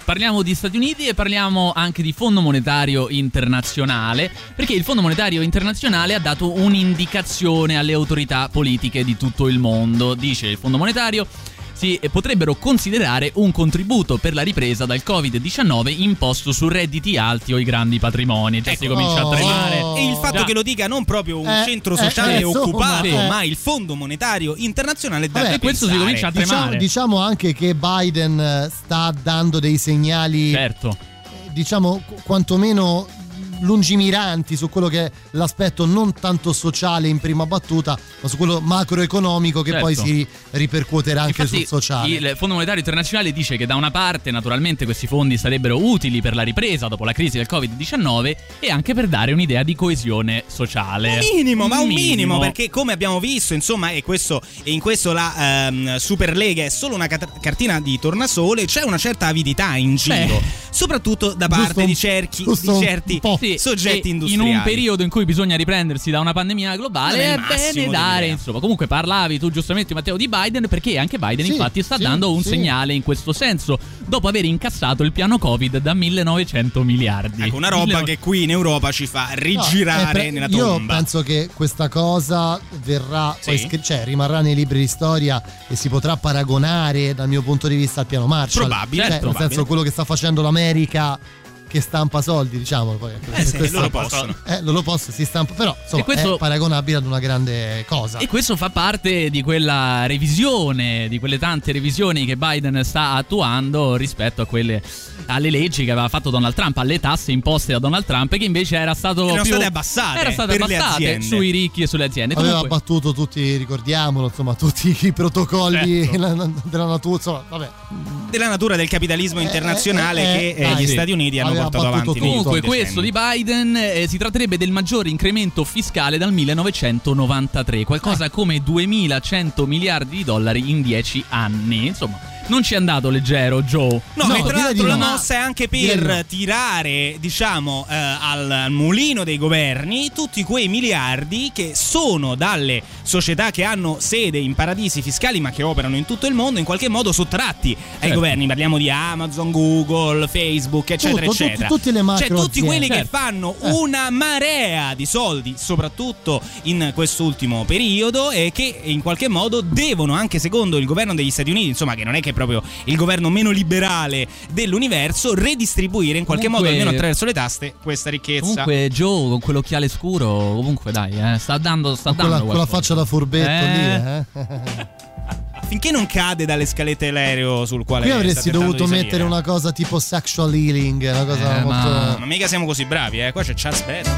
parliamo di Stati Uniti e parliamo anche di Fondo Monetario Internazionale, perché il Fondo Monetario Internazionale ha dato un'indicazione alle autorità politiche di tutto il mondo. Dice il Fondo Monetario: si potrebbero considerare un contributo per la ripresa dal covid diciannove imposto su redditi alti o i grandi patrimoni. Già ecco, si comincia oh, a tremare. E il fatto Già. che lo dica non proprio un eh, centro sociale eh, eh, occupato, insomma, ma il Fondo Monetario Internazionale da Vabbè, questo si comincia a diciamo, tremare. diciamo anche che Biden sta dando dei segnali, certo, diciamo quantomeno lungimiranti su quello che è l'aspetto non tanto sociale in prima battuta, ma su quello macroeconomico che certo. poi si ripercuoterà anche Infatti, sul sociale. Il Fondo Monetario Internazionale dice che da una parte naturalmente questi fondi sarebbero utili per la ripresa dopo la crisi del covid diciannove e anche per dare un'idea di coesione sociale. Un minimo, un ma un minimo, minimo, perché come abbiamo visto, insomma, e questo e in questo la um, Superlega è solo una cat- cartina di tornasole, c'è una certa avidità in giro, Beh, soprattutto da parte giusto, di, cerchi, di certi sì, soggetti industriali. In un periodo in cui bisogna riprendersi da una pandemia globale è, è bene dare, insomma. Comunque parlavi tu giustamente, Matteo, di Biden, perché anche Biden sì, infatti sta sì, dando un sì. segnale in questo senso, dopo aver incassato il piano Covid da millenovecento miliardi. Ecco, una roba Mille... che qui in Europa ci fa rigirare no, pre- nella tomba. Io penso che questa cosa verrà sì. poi scr- cioè rimarrà nei libri di storia e si potrà paragonare dal mio punto di vista al piano Marshall. Probabile, cioè, certo, nel probabile. senso quello che sta facendo l'America, che stampa soldi, diciamo, poi eh sì, questo, loro possono eh, loro possono, si stampa, però insomma questo, è paragonabile ad una grande cosa. E questo fa parte di quella revisione, di quelle tante revisioni che Biden sta attuando rispetto a quelle, alle leggi che aveva fatto Donald Trump, alle tasse imposte da Donald Trump, che invece era stato erano più, state abbassate, era state per abbassate le aziende. sui ricchi e sulle aziende. Aveva Comunque, abbattuto tutti, ricordiamolo, insomma, tutti i protocolli certo. della natura, insomma, vabbè. della natura del capitalismo internazionale eh, che eh, eh, eh, gli sì. Stati Uniti hanno Aveva portato avanti. Comunque questo di Biden eh, si tratterebbe del maggiore incremento fiscale dal millenovecentonovantatré, qualcosa eh. come duemilacento miliardi di dollari in dieci anni. Insomma, non ci è andato leggero, Joe. No, no e tra l'altro la no. mossa è anche per no. tirare, diciamo, eh, al mulino dei governi tutti quei miliardi che sono dalle società che hanno sede in paradisi fiscali ma che operano in tutto il mondo in qualche modo sottratti ai certo. governi. Parliamo di Amazon, Google, Facebook, eccetera, tutto, eccetera. Tutti, tutti le macro cioè tutti aziende. quelli certo. che fanno eh. una marea di soldi, soprattutto in quest'ultimo periodo, e che in qualche modo devono, anche secondo il governo degli Stati Uniti, insomma, che non è che proprio il governo meno liberale dell'universo, redistribuire in qualche comunque, modo, almeno attraverso le taste, questa ricchezza. Comunque Joe con quell'occhiale scuro, comunque dai, eh, sta dando sta con, dando quella, con la faccia da furbetto eh. lì, eh. Finché non cade dalle scalette dell'aereo sul quale qui avresti dovuto di mettere una cosa tipo sexual healing, una cosa eh, molto ma... ma mica siamo così bravi, eh. Qua c'è Charles Bradley.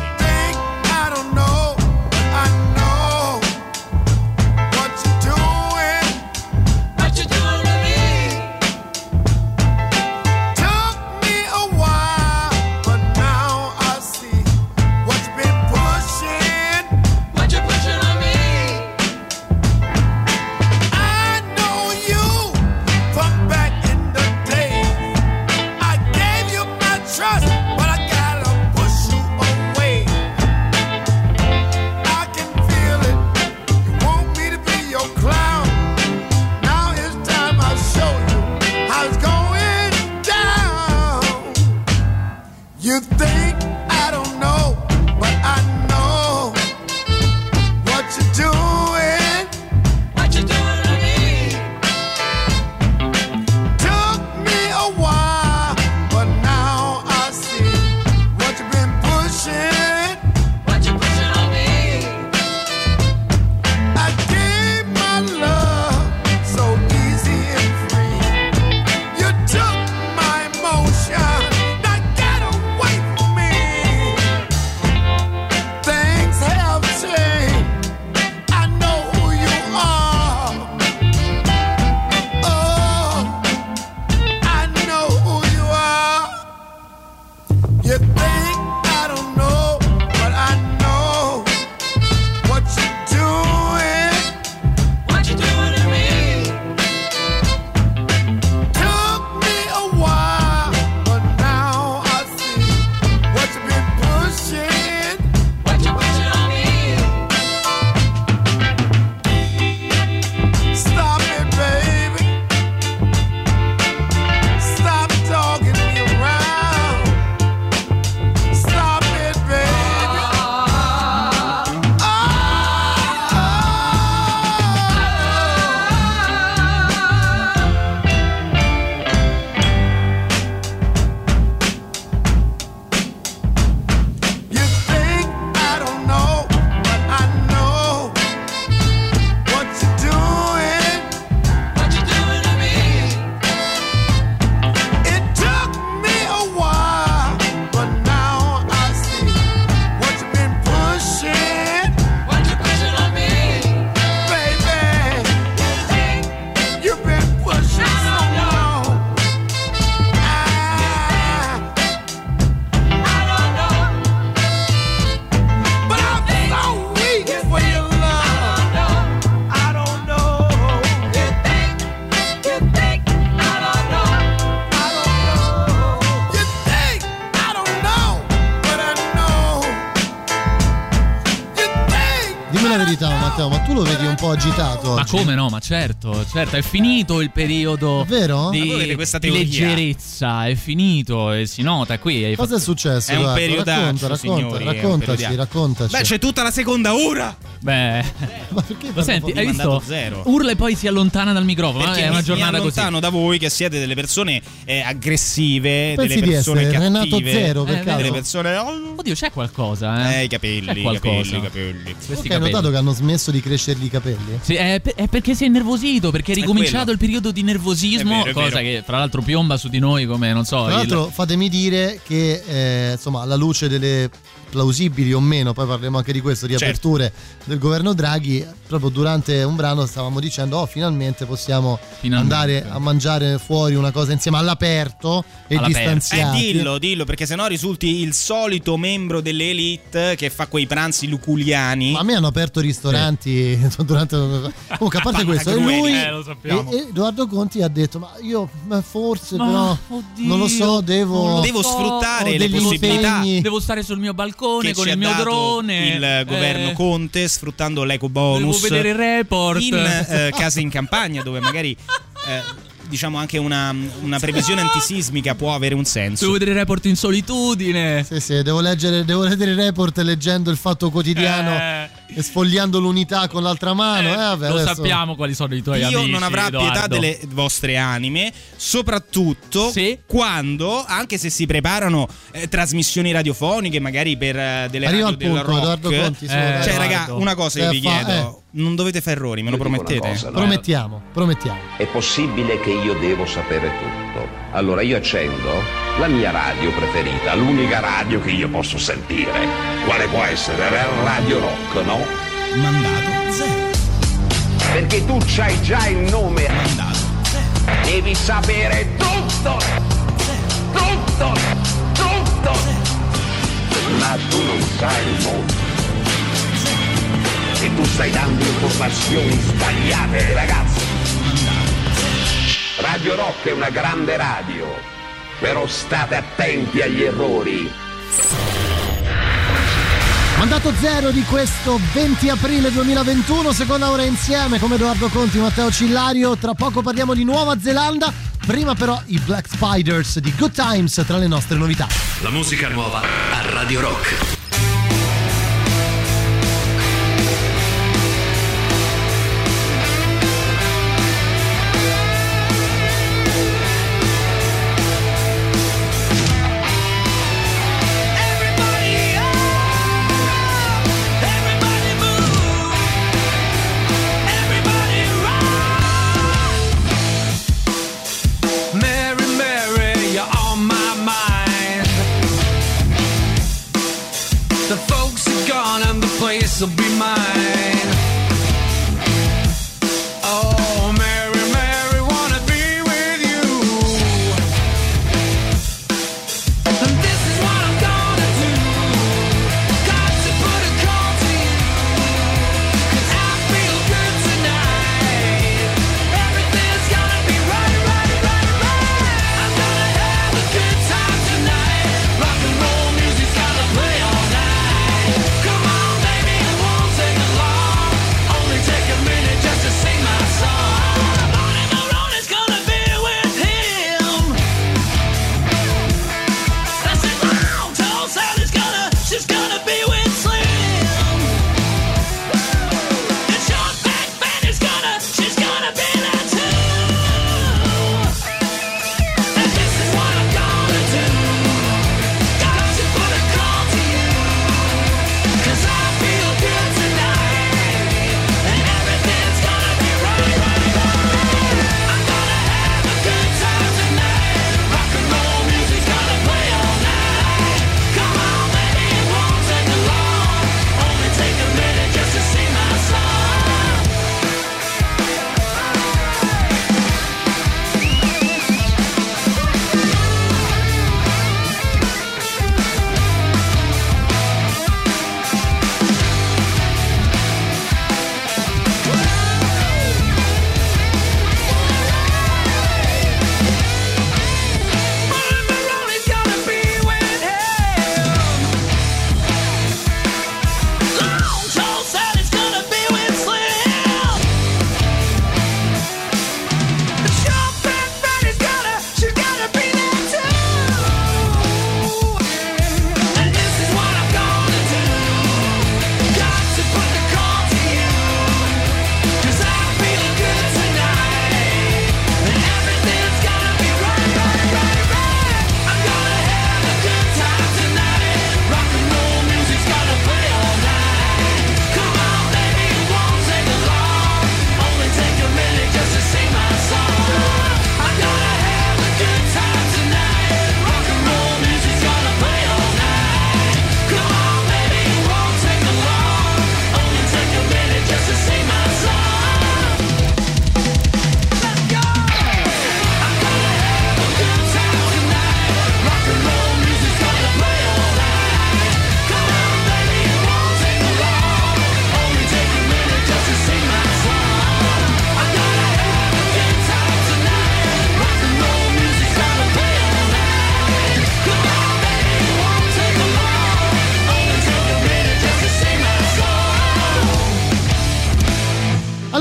I don't know, I know what you're doing, what you're doing to me. Took me a while, but now I see what you've been pushing, what you're pushing on me. I know you from back in the day. I gave you my trust, but I gotta push you away. I can feel it. You want me to be your clown. Now it's time I'll show you how it's going down. You think I don't know, but I know what you're doing. What you doing to me? Took me a while, but now I see what you've been pushing. What you pushing on me? I gave my love so easy and free. You took my emotion. Now get away from me. la verità, Matteo, ma tu lo vedi un po' agitato Ma oggi. come no? Ma certo, certo, è finito il periodo Vero? di, questa di teoria. leggerezza, è finito e si nota qui. hai Cosa è fatto- successo? È un Edoardo? periodaccio, racconta, racconta, signori, è un raccontaci, periodaccio. raccontaci. Beh, c'è tutta la seconda ora. Beh, Ma perché lo parla senti, un po' hai di visto? mandato zero. Urla e poi si allontana dal microfono. Perché è una mi, giornata mi così. allontano da voi che siete delle persone eh, aggressive, Pensi delle di persone essere cattive, Renato Zero, per Eh, caso? delle persone Oddio, c'è qualcosa, eh? eh, i capelli, C'è i qualcosa. capelli, i capelli. Questi Ok, hai capelli. notato che hanno smesso di crescergli i capelli? Sì, è, per- è perché si è innervosito, perché è ricominciato quello. il periodo di nervosismo, È vero, è cosa vero. che fra l'altro piomba su di noi come, non so, Tra l'altro il- fatemi dire che eh, insomma alla luce delle plausibili o meno, poi parliamo anche di questo, riaperture del governo Draghi, proprio durante un brano stavamo dicendo oh finalmente possiamo Finalmente. andare a mangiare fuori una cosa insieme all'aperto e All'aperto. Eh, distanziati. dillo, dillo, perché sennò risulti il solito membro delle elite che fa quei pranzi luculiani. Ma a me hanno aperto ristoranti durante. Comunque, a parte questo, e lui Eh, lo sappiamo. e, e Edoardo Conti ha detto: Ma io ma forse, Ma, però, oddio, non lo so, devo. non lo Devo so, sfruttare ho le degli possibilità impegni. Devo stare sul mio balcone che con ci il ha mio dato drone. il governo Eh, Conte, sfruttando l'eco bonus. Devo vedere il report. In eh, case in campagna dove magari eh, diciamo anche una, una previsione antisismica può avere un senso. Devo vedere il report in solitudine. Sì, sì, devo leggere, devo leggere il report leggendo il Fatto Quotidiano Eh. e sfogliando l'unità con l'altra mano. Eh, vabbè, Lo adesso- sappiamo quali sono i tuoi Dio amici. non avrà Edoardo. pietà delle vostre anime, soprattutto Sì. quando, anche se si preparano eh, trasmissioni radiofoniche, magari per eh, delle Arriva radio al del punto, rock. Edoardo Conti, sono Eh, Cioè, d'accordo. raga, Edoardo. una cosa io Eh, vi fa- chiedo, non dovete fare errori, me lo Io dico una promettete? cosa, no? Promettiamo, promettiamo. È possibile che io devo sapere tutto. Allora io accendo la mia radio preferita, l'unica radio che io posso sentire. Quale può essere? La Radio Rock, no? Mandato zero. Perché tu c'hai già il nome. Mandato zero. Devi sapere tutto. Tutto. Tutto. Ma tu non sai molto. E tu stai dando informazioni sbagliate, ragazzi. Radio Rock è una grande radio, però state attenti agli errori. Mandato zero di questo venti aprile duemilaventuno, seconda ora insieme come Edoardo Conti, Matteo Cillario. Tra poco parliamo di Nuova Zelanda, prima però i Black Spiders di Good Times tra le nostre novità. La musica nuova a Radio Rock. Mary, Mary, you're on my mind. The folks are gone and the place will be mine. Oh, Mary, Mary, wanna be with you. And this is what I'm gonna do. Got to put a call to you. 'Cause I feel good tonight. Everything's gonna be right, right, right, right. I'm gonna have a good time tonight. Rock and roll music's gotta play all night. Come on, baby, I won't take a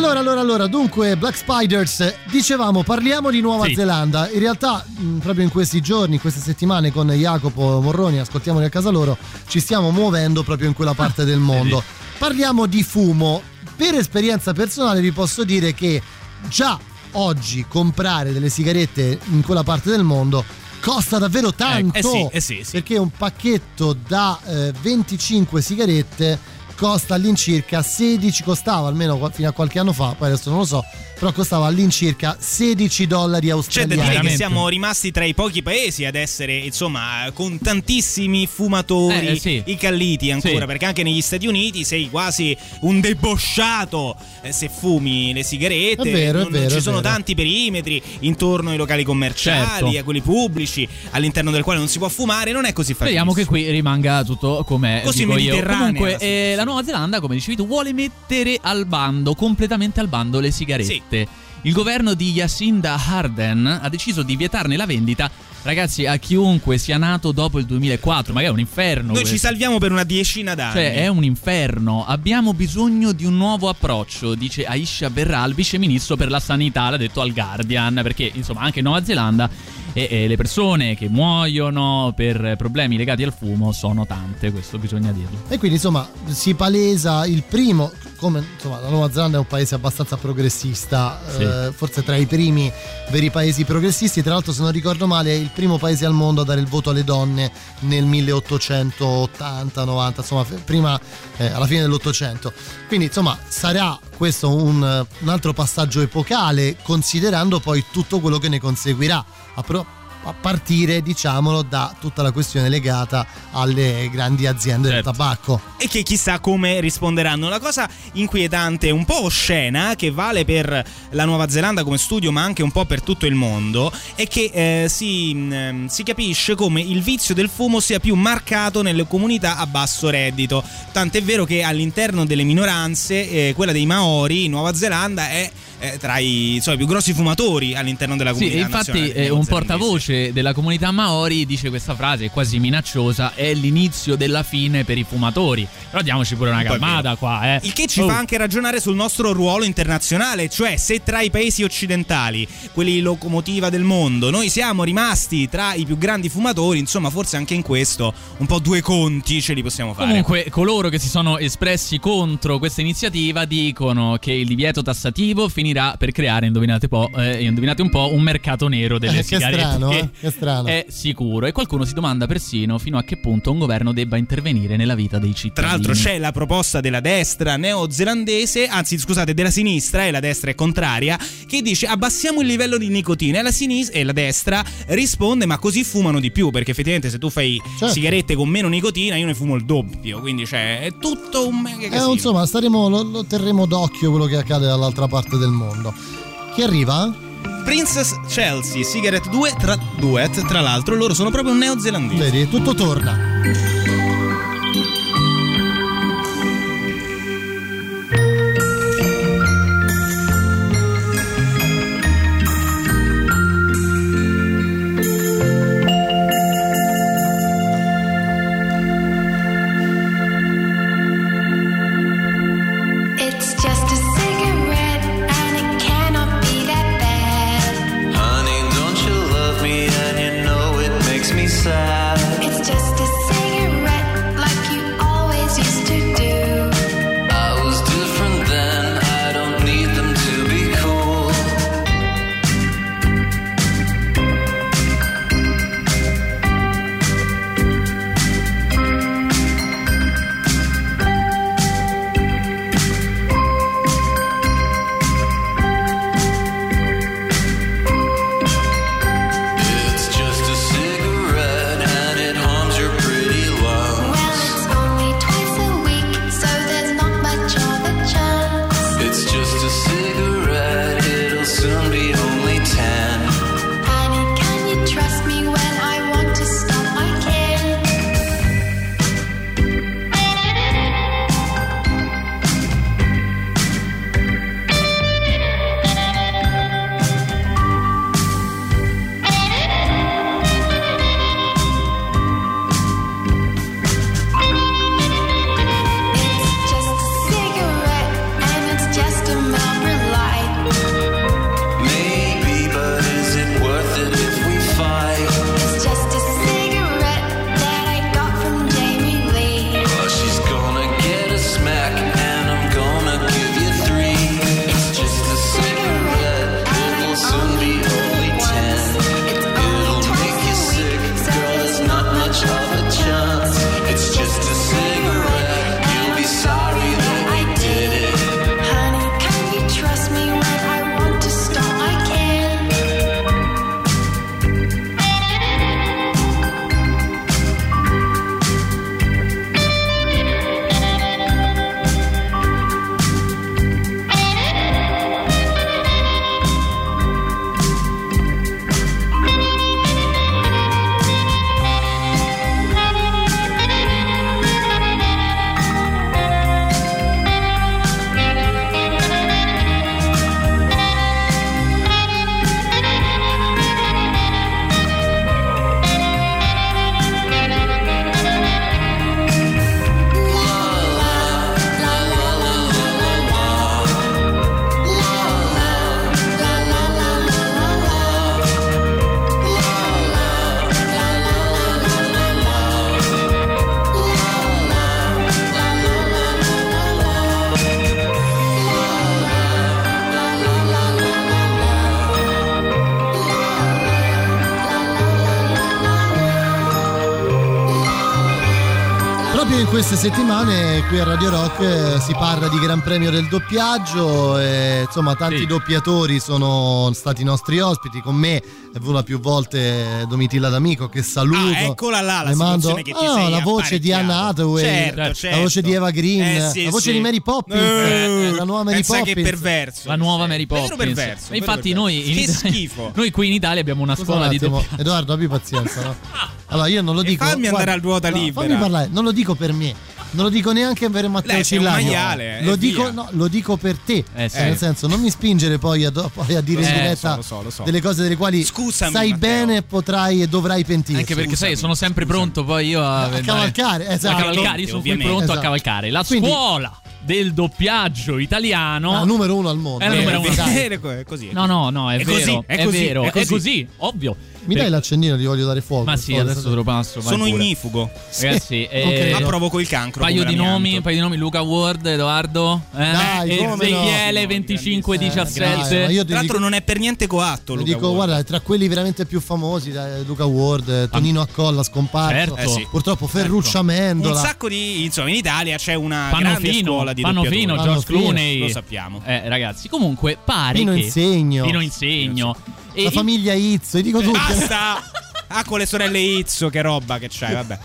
Allora, allora, allora, dunque, Black Spiders, dicevamo, parliamo di Nuova sì. Zelanda. In realtà, mh, proprio in questi giorni, in queste settimane, con Jacopo Morroni, ascoltiamoli a casa loro, ci stiamo muovendo proprio in quella parte del mondo. Parliamo di fumo. Per esperienza personale vi posso dire che già oggi comprare delle sigarette in quella parte del mondo costa davvero tanto, eh, eh sì, eh sì, sì. perché un pacchetto da eh, venticinque sigarette costa all'incirca sedici, costava almeno fino a qualche anno fa, poi adesso non lo so, però costava all'incirca sedici dollari australiani. C'è da dire che siamo rimasti tra i pochi paesi ad essere, insomma, con tantissimi fumatori, eh, sì. i calliti ancora, sì. perché anche negli Stati Uniti sei quasi un debosciato eh, se fumi le sigarette. È vero, non, è vero, non ci è sono vero. tanti perimetri intorno ai locali commerciali, certo. a quelli pubblici, all'interno del quale non si può fumare, non è così facile. Speriamo che qui rimanga tutto come così dico io. Comunque, la, eh, la Nuova Zelanda, come dicevi tu, vuole mettere al bando, completamente al bando, le sigarette. Sì. Il governo di Jacinda Ardern ha deciso di vietarne la vendita, ragazzi, a chiunque sia nato dopo il duemilaquattro, magari è un inferno. Noi questo. ci salviamo per una decina d'anni. Cioè, è un inferno. Abbiamo bisogno di un nuovo approccio, dice Aisha Berral, viceministro per la sanità, l'ha detto al Guardian, perché insomma anche in Nuova Zelanda e, e le persone che muoiono per problemi legati al fumo sono tante, questo bisogna dirlo. E quindi insomma si palesa il primo, come insomma la Nuova Zelanda è un paese abbastanza progressista, sì. eh, forse tra i primi veri paesi progressisti, tra l'altro se non ricordo male è il primo paese al mondo a dare il voto alle donne nel milleottocentottanta novanta, insomma prima eh, alla fine dell'Ottocento, quindi insomma sarà questo un, un altro passaggio epocale, considerando poi tutto quello che ne conseguirà a, pro- a partire, diciamolo, da tutta la questione legata alle grandi aziende certo. del tabacco. E che chissà come risponderanno. La cosa inquietante, un po' oscena, che vale per la Nuova Zelanda come studio ma anche un po' per tutto il mondo, è che eh, si, mh, si capisce come il vizio del fumo sia più marcato nelle comunità a basso reddito. Tant'è vero che all'interno delle minoranze eh, quella dei Maori in Nuova Zelanda è eh, tra i, insomma, i più grossi fumatori all'interno della comunità. Sì, infatti eh, un portavoce della comunità Maori dice questa frase quasi minacciosa: è l'inizio della fine per i fumatori. Però diamoci pure una calmata qua, eh. Il che ci oh. fa anche ragionare sul nostro ruolo internazionale, cioè se tra i paesi occidentali, quelli locomotiva del mondo, noi siamo rimasti tra i più grandi fumatori, insomma forse anche in questo un po' due conti ce li possiamo fare. Comunque coloro che si sono espressi contro questa iniziativa dicono che il divieto tassativo finirà per creare, indovinate, po', eh, indovinate un po', un mercato nero delle eh, sigarette. Che strano, eh? Che strano. È sicuro. E qualcuno si domanda persino fino a che punto un governo debba intervenire nella vita dei cittadini. Tra l'altro c'è la proposta della destra neozelandese, anzi scusate della sinistra, e la destra è contraria, che dice abbassiamo il livello di nicotina, e la sinistra e la destra risponde ma così fumano di più, perché effettivamente se tu fai certo. sigarette con meno nicotina io ne fumo il doppio, quindi cioè è tutto un mega casino. Eh, insomma staremo, lo, lo terremo d'occhio quello che accade dall'altra parte del mondo. Chi arriva? Princess Chelsea, Cigarette due tra, Duet, tra l'altro loro sono proprio un neozelandese. Vedi, tutto torna. It's just a cigarette. Proprio in queste settimane qui a Radio Rock eh, si parla di Gran Premio del doppiaggio e insomma tanti sì. doppiatori sono stati nostri ospiti. Con me è venuta più volte Domitilla D'Amico, che saluto. Ah, eccola là la Le mando... che ti ah, sei la voce di Anna Hathaway, certo, certo. la voce di Eva Green, eh, sì, la voce sì. di Mary Poppins, eh, la nuova Mary pensa Poppins. che perverso. La nuova Mary Poppins. Perverso, infatti perverso. noi in che Italia, schifo. Noi qui in Italia abbiamo una Scusa scuola un di attimo, doppiaggio. Edoardo, abbi pazienza, no? Allora io non lo dico. Fammi guarda, andare al ruota no, libera. Fammi parlare, non lo dico per me. Non lo dico neanche per Matteo Lei, Cillario. maiale, lo, eh, dico, no, lo dico per te. Eh, sì. Nel senso, non mi spingere poi a, poi a dire Lo in so, diretta lo so, lo so. delle cose delle quali Scusami, sai Matteo. bene, potrai e dovrai pentirti. Anche perché Scusami, sai, sono sempre scusami. pronto poi io a, a cavalcare. Esatto. a cavalcare, io sono qui Ovviamente. pronto Esatto. a cavalcare. La Quindi- scuola del doppiaggio italiano. Ah, numero uno al mondo. È la numero uno. È così. No, no, no, è, È vero, così, è è, così, vero, è è così. così, ovvio. Mi dai l'accendino, ti voglio dare fuoco. Ma sì, per adesso favore. te lo passo. vai Sono pure. ignifugo. Ragazzi, Non eh, credo. Ma provoco il cancro. paio come di nomi, l'amianto. un paio di nomi, Luca Ward, Edoardo, eh? Dai, come Ezechiele no? venticinque Dai, diciassette. ma io ti Tra l'altro dico, non è per niente coatto, ti Luca dico, Ward. guarda, tra quelli veramente più famosi, dai, Luca Ward, Tonino Accolla scomparso, Certo. Eh sì. purtroppo Ferruccia Mendola. Un sacco di, insomma, in Italia c'è una grande Pannofino, scuola di Pannofino, doppiatori. George Pannofino, Clooney. lo sappiamo. Eh, ragazzi, comunque pare Pino che Insegno. Pino Insegno. E La famiglia Izzo, io dico tutti. Basta! Ah, con le sorelle Izzo, che roba che c'hai, vabbè.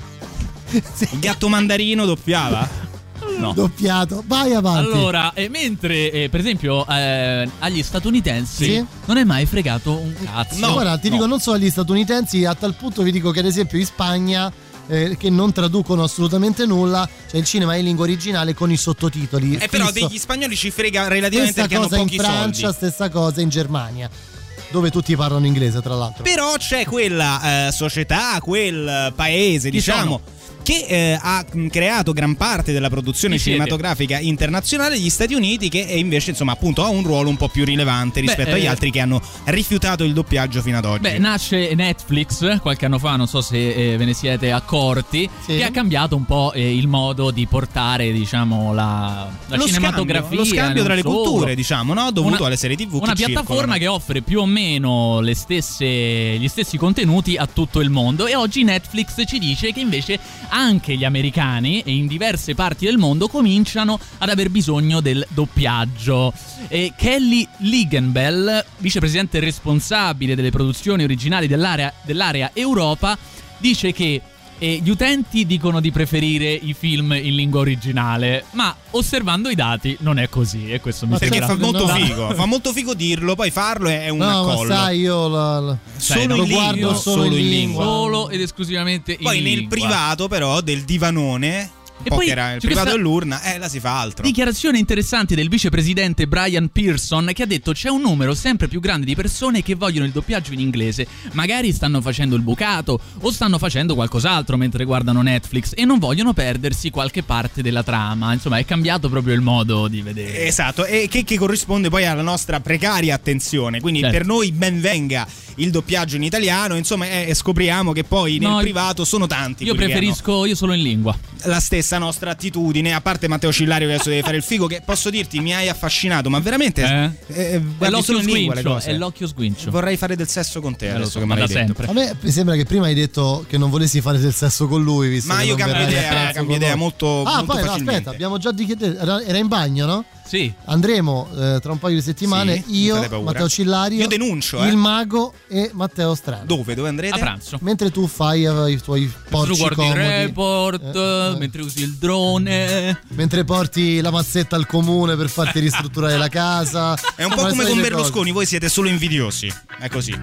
Sì. Il gatto mandarino doppiava? No. Doppiato, vai avanti. Allora, eh, mentre eh, per esempio eh, agli statunitensi Sì. non è mai fregato un cazzo. No, guarda, ti no. dico non solo agli statunitensi, a tal punto vi dico che ad esempio in Spagna eh, che non traducono assolutamente nulla, cioè il cinema è in lingua originale con i sottotitoli. Eh, però Fisso. degli spagnoli ci frega relativamente Stessa perché hanno cosa in pochi Francia, soldi. stessa cosa in Germania, dove tutti parlano inglese, tra l'altro. Però c'è quella eh, società, quel paese, Chi diciamo, che eh, ha mh, creato gran parte della produzione Chi siete? cinematografica internazionale, gli Stati Uniti, che eh, invece insomma appunto ha un ruolo un po' più rilevante rispetto Beh, agli eh, altri che hanno rifiutato il doppiaggio fino ad oggi. Beh, nasce Netflix qualche anno fa, non so se eh, ve ne siete accorti, Sì. che ha cambiato un po' eh, il modo di portare, diciamo, la, la lo cinematografia. scambio, lo scambio non tra le solo. culture, diciamo, no? Dovuto Una- alle serie tivù Una che piattaforma circolano. che offre più o meno le stesse, gli stessi contenuti a tutto il mondo. E oggi Netflix ci dice che invece anche gli americani e in diverse parti del mondo cominciano ad aver bisogno del doppiaggio. E Kelly Ligenbell, vicepresidente responsabile delle produzioni originali dell'area, dell'area Europa, dice che eh, gli utenti dicono di preferire i film in lingua originale, ma osservando i dati non è così, e questo mi Ma Perché sembra fa molto no. figo, fa molto figo dirlo, poi farlo è un No, accollo. ma sai, io la, la- Solo lo in guardo lingua, solo, solo in in lingua. solo ed esclusivamente Poi in nel lingua. privato però del divanone, E un po' poi che era il c'è privato questa dell'urna, eh, là si fa altro. dichiarazione interessante del vicepresidente Brian Pearson, che ha detto: c'è un numero sempre più grande di persone che vogliono il doppiaggio in inglese, magari stanno facendo il bucato o stanno facendo qualcos'altro mentre guardano Netflix e non vogliono perdersi qualche parte della trama. Insomma, è cambiato proprio il modo di vedere. Esatto, e che, che corrisponde poi alla nostra precaria attenzione. Quindi Certo. per noi ben venga il doppiaggio in italiano, insomma, e scopriamo che poi nel No, privato sono tanti. Io quelli che preferisco io solo in lingua. hanno la stessa nostra attitudine, a parte Matteo Cillario che adesso deve fare il figo, che posso dirti mi hai affascinato, ma veramente Eh? eh, È guardi solo l'occhio in lingua le sguincio, cose. è l'occhio sguincio. Vorrei fare del sesso con te Eh, lo adesso so, che ma me l'hai da detto. sempre. A me mi sembra che prima hai detto che non volessi fare del sesso con lui, visto Ma che io non cambio verrai idea, a pranzo cambio con idea noi. molto- Ah, molto poi no, facilmente. aspetta, abbiamo già di era, era in bagno, no? Sì. Andremo eh, tra un paio di settimane Sì, io, non fate paura. Matteo Cillario, Io denuncio, eh. il mago e Matteo Strano. Dove? Dove andrete? A pranzo. Mentre tu fai eh, i tuoi Tu porci guardi il comodi, report, Eh, eh. mentre usi il drone. mentre porti la mazzetta al comune per farti ristrutturare la casa. È un po' Ma come sai con le Berlusconi, cose. voi siete solo invidiosi. È così.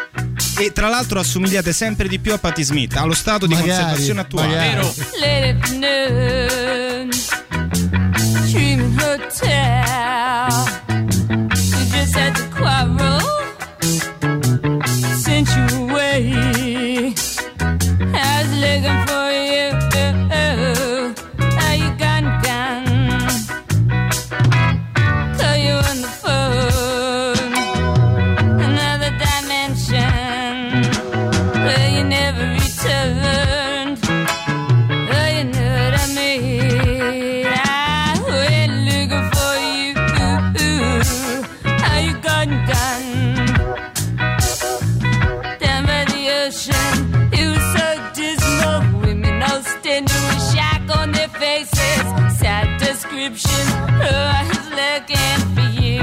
E tra l'altro assomigliate sempre di più a Patti Smith, allo stato di Magari, conservazione attuale. magari. Vero? Late afternoon, Truman Hotel. You just had to quarrel, sent you away. I was looking for you. How you gone, gone? Call you on the phone, another dimension where you never returned. Oh, you know what I mean. on their faces. Sad description, who's looking for you.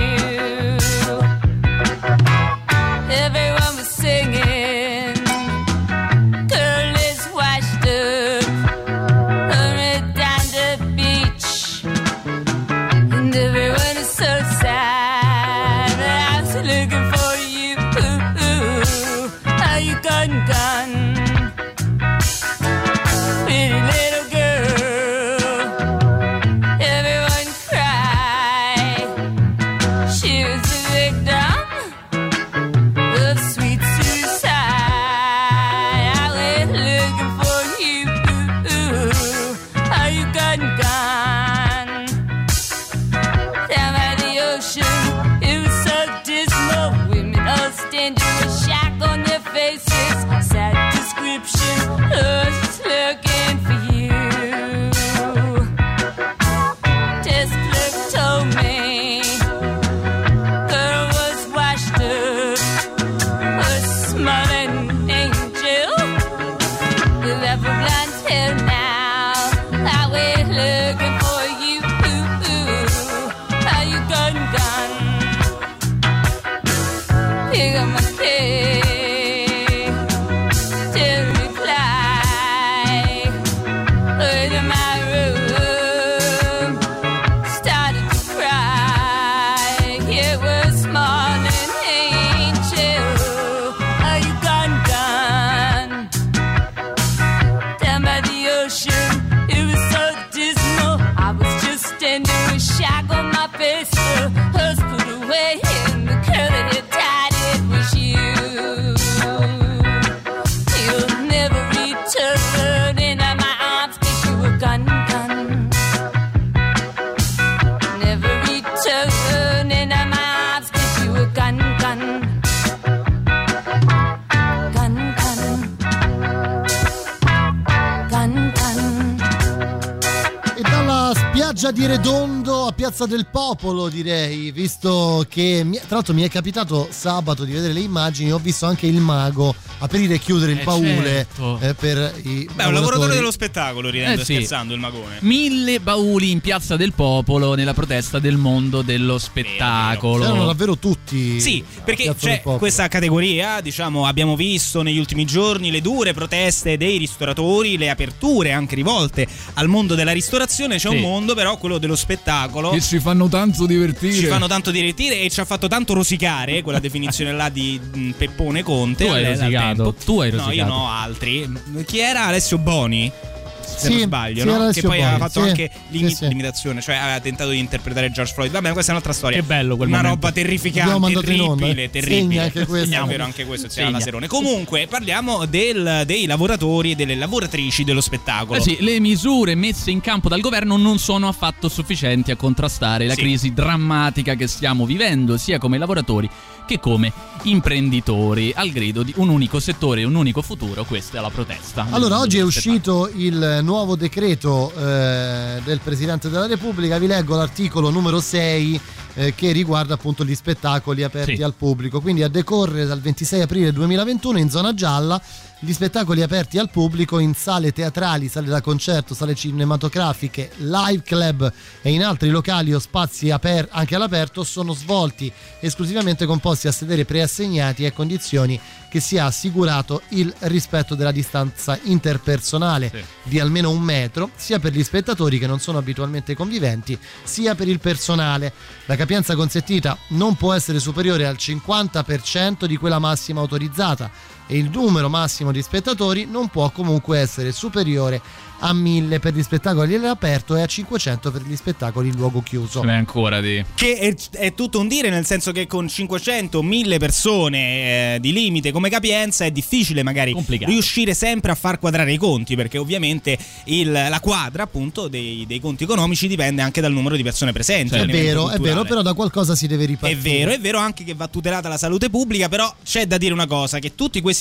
Everyone was singing, girl is washed up, hurried down the beach, and everyone is so sad. I was looking for you. Are you gone, gone? Pretty little girl, everyone cried. She was a victim of sweet suicide. I went looking for you. Are you gone, gone? Down by the ocean, it was so dismal. Women all standing with shack on their faces. Sad description, who's looking for you? Desk clerk told me girl was washed up, a smiling angel with ever blonde hair now. I went looking for you. Are you gone, gone? Pick up my key to reply. Went in my room, started to cry. It was morning angel. Are you gone, gone? Down by the ocean, it was so dismal. I was just standing with shack on my face. The hers put away in the curly hair tied. It was you. You'll never return into my arms 'cause you were gone, gone. Never return into my arms 'cause you were gone, gone. Gone, gone. Gone, gone. E dalla spiaggia di Redondo a Piazza del Popolo, direi, visto che mi- tra l'altro mi è capitato sabato di vedere le immagini, ho visto anche il mago aprire e chiudere il Eh, baule certo. eh, per i Beh, è un lavoratore lavoratori. dello spettacolo, ridendo Eh, e sì. scherzando, il magone. Mille bauli in Piazza del Popolo nella protesta del mondo dello spettacolo. C'erano davvero tutti. Sì, a perché Piazza del c'è Popolo. questa categoria, diciamo, abbiamo visto negli ultimi giorni le dure proteste dei ristoratori, le aperture anche rivolte al mondo della ristorazione. C'è Sì. un mondo però, quello dello spettacolo, Che ci fanno tanto divertire. ci fanno tanto divertire e ci ha fatto tanto rosicare, quella definizione là di mh, Peppone Conte. Tu hai al- al rosicato, tempo. tu hai No, rosicato. io no, altri. Chi era? Alessio Boni? Se Sì, non sbaglio, sì, no? Alessio Che poi Boni, aveva fatto sì, anche l'imi- sì, sì. l'imitazione, cioè aveva tentato di interpretare George Floyd. Vabbè, questa è un'altra storia. Che bello quel Una momento. roba terrificante, Abbiamo mandato in onda, terribile, eh. terribile. Segna anche questo. Segna, vero, anche questo sia Segna. la Serone. Comunque, parliamo del- dei lavoratori e delle lavoratrici dello spettacolo. Eh sì, le misure messe in campo dal governo non sono affatto sufficienti a contrastare la Sì. crisi drammatica che stiamo vivendo, sia come lavoratori che come imprenditori. Al grido di un unico settore e un unico futuro, questa è la protesta. Allora, oggi è dello spettacolo. uscito il nuovo decreto eh, del Presidente della Repubblica. Vi leggo l'articolo numero sei eh, che riguarda appunto gli spettacoli aperti Sì. al pubblico. Quindi a decorrere dal ventisei aprile duemilaventuno in zona gialla gli spettacoli aperti al pubblico in sale teatrali, sale da concerto, sale cinematografiche, live club e in altri locali o spazi aper- anche all'aperto sono svolti esclusivamente con posti a sedere preassegnati e a condizioni che sia assicurato il rispetto della distanza interpersonale Sì. di almeno un metro, sia per gli spettatori che non sono abitualmente conviventi, sia per il personale. La capienza consentita non può essere superiore al cinquanta per cento di quella massima autorizzata e il numero massimo di spettatori non può comunque essere superiore a mille per gli spettacoli all'aperto e a cinquecento per gli spettacoli in luogo chiuso. Ce n'è ancora di... Che è, è tutto un dire, nel senso che con cinquecento mille persone eh, di limite come capienza è difficile magari Complicato. riuscire sempre a far quadrare i conti, perché ovviamente il, la quadra appunto dei, dei conti economici dipende anche dal numero di persone presenti. È a livello vero, è culturale. vero, però da qualcosa si deve È ripartire. vero, è vero anche che va tutelata la salute pubblica, però c'è da dire una cosa, che tutti questi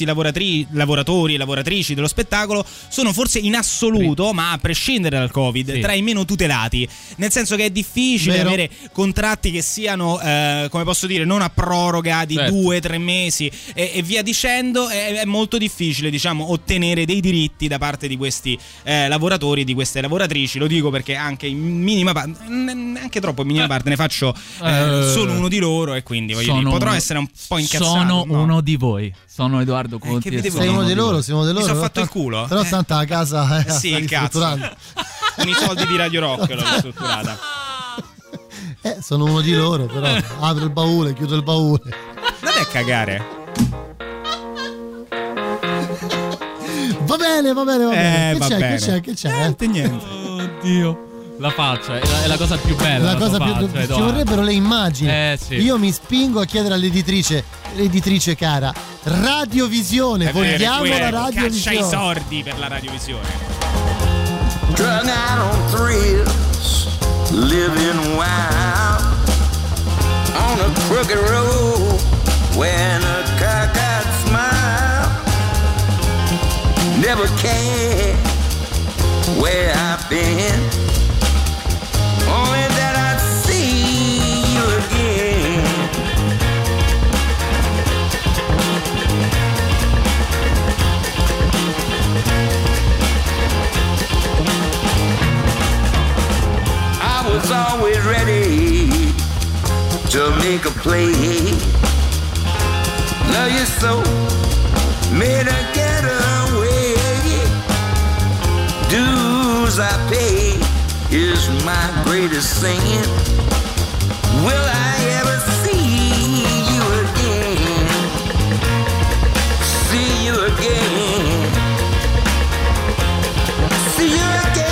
questi lavoratri- lavoratori e lavoratrici dello spettacolo sono forse in assoluto, ma a prescindere dal Covid, sì. tra i meno tutelati, nel senso che è difficile Vero. avere contratti che siano, eh, come posso dire, non a proroga di certo. due, tre mesi e, e via dicendo. È, è molto difficile, diciamo, ottenere dei diritti da parte di questi eh, lavoratori, di queste lavoratrici. Lo dico perché anche in minima parte, anche troppo in minima parte, ne faccio eh, solo uno di loro e quindi voglio dire, potrò essere un po' incazzato. Sono no? uno di voi. Sono Edoardo Conti. Eh, sei uno di loro, sei uno di loro. Mi sono fatto t- il culo. Però eh. tanta la casa eh, sì, il cazzo. Con i soldi di Radio Rock l'ho ristrutturata. Eh, sono uno di loro, però apro il baule, chiudo il baule. Non è cagare. Va bene, va bene, va bene. Eh, che, va c'è, bene. che c'è, che c'è? Niente, niente. Oddio. La faccia è la, è la cosa più bella. La la cosa più faccia, ci vorrebbero le immagini. Eh, sì. Io mi spingo a chiedere all'editrice, l'editrice cara, radiovisione, È vogliamo vero, la caccia radiovisione. i sordi per la radiovisione. Drug out on thrills, living wild on a crooked road, wearing a cockeyed smile. Never cared where I've been, only that I'd see you again. I was always ready to make a play. Love you so, made a getaway. Dues I pay is my greatest sin. Will I ever see you again? See you again? See you again?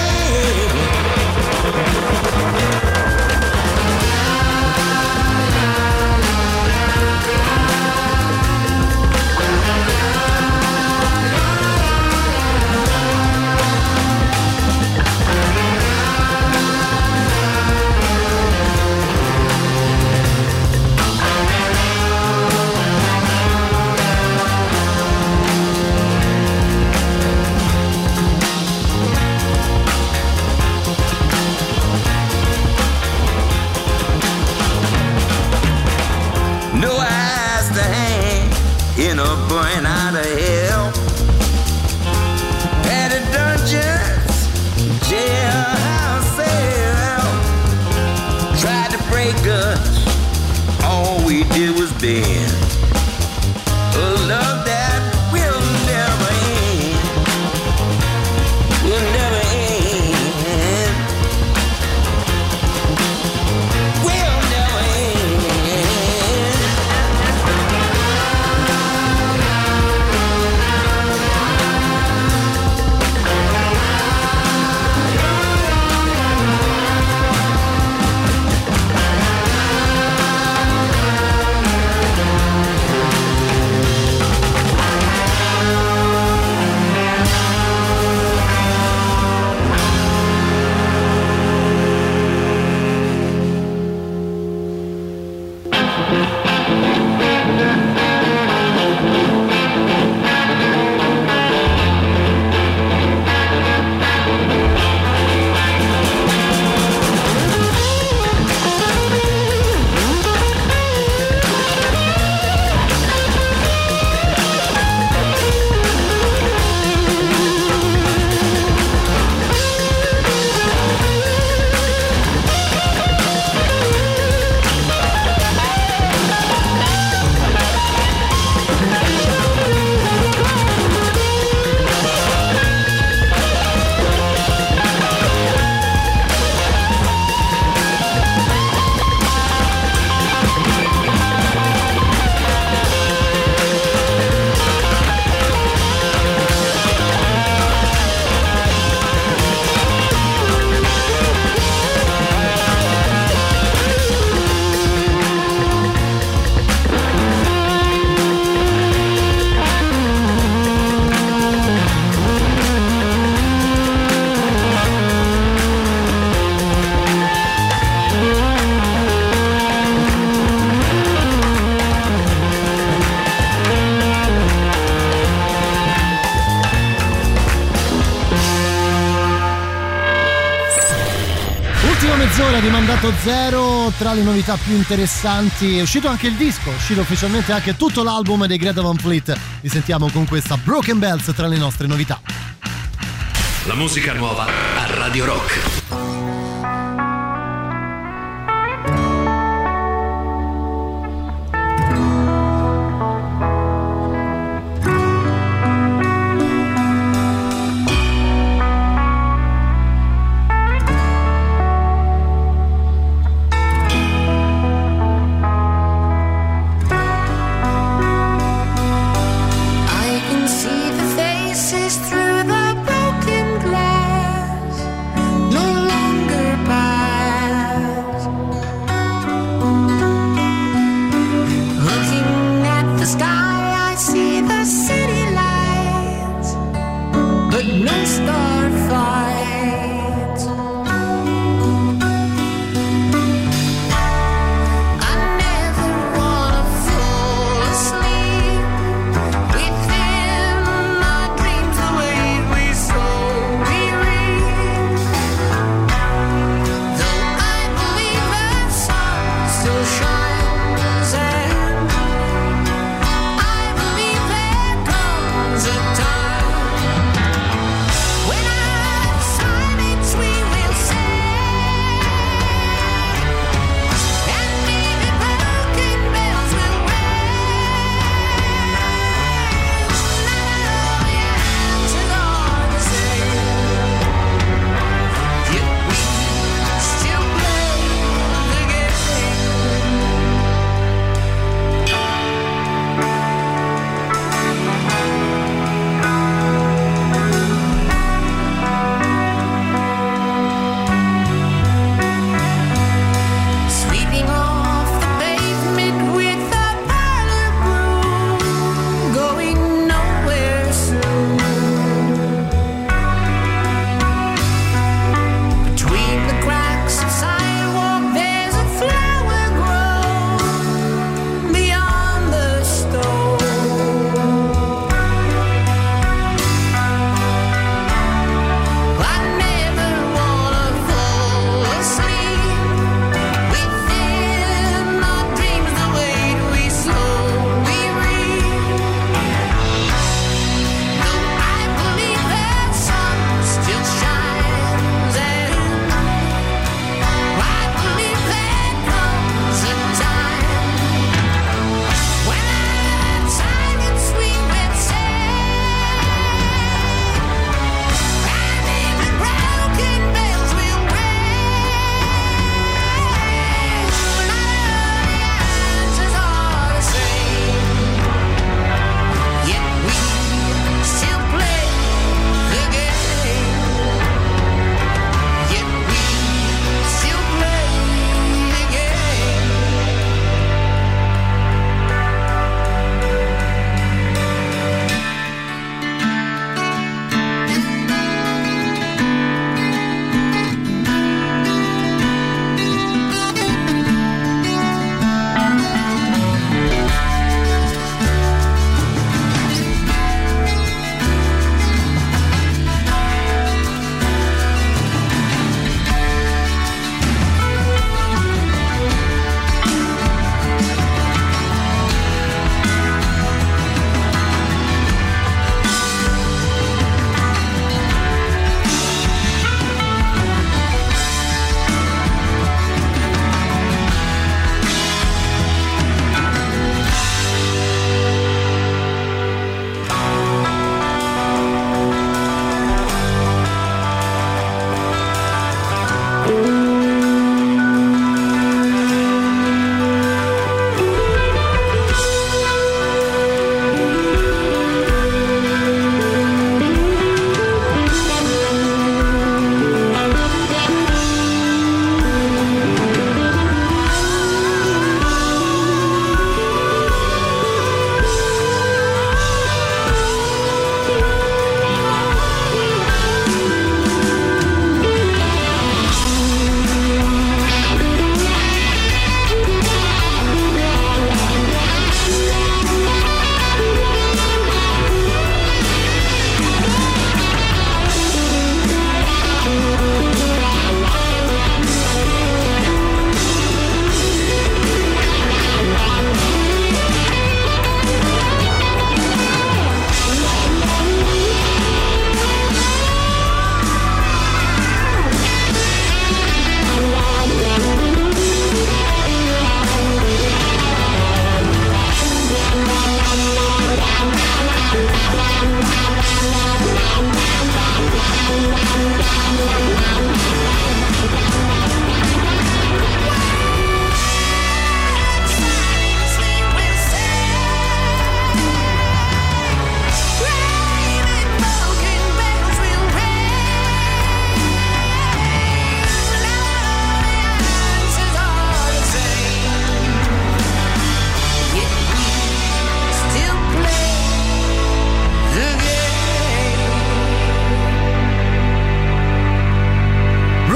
Ultima mezz'ora di Mandato Zero, tra le novità più interessanti è uscito anche il disco, è uscito ufficialmente anche tutto l'album dei Greta Van Fleet. Li sentiamo con questa Broken Bells tra le nostre novità. La musica nuova a Radio Rock. Through the broken glass, no longer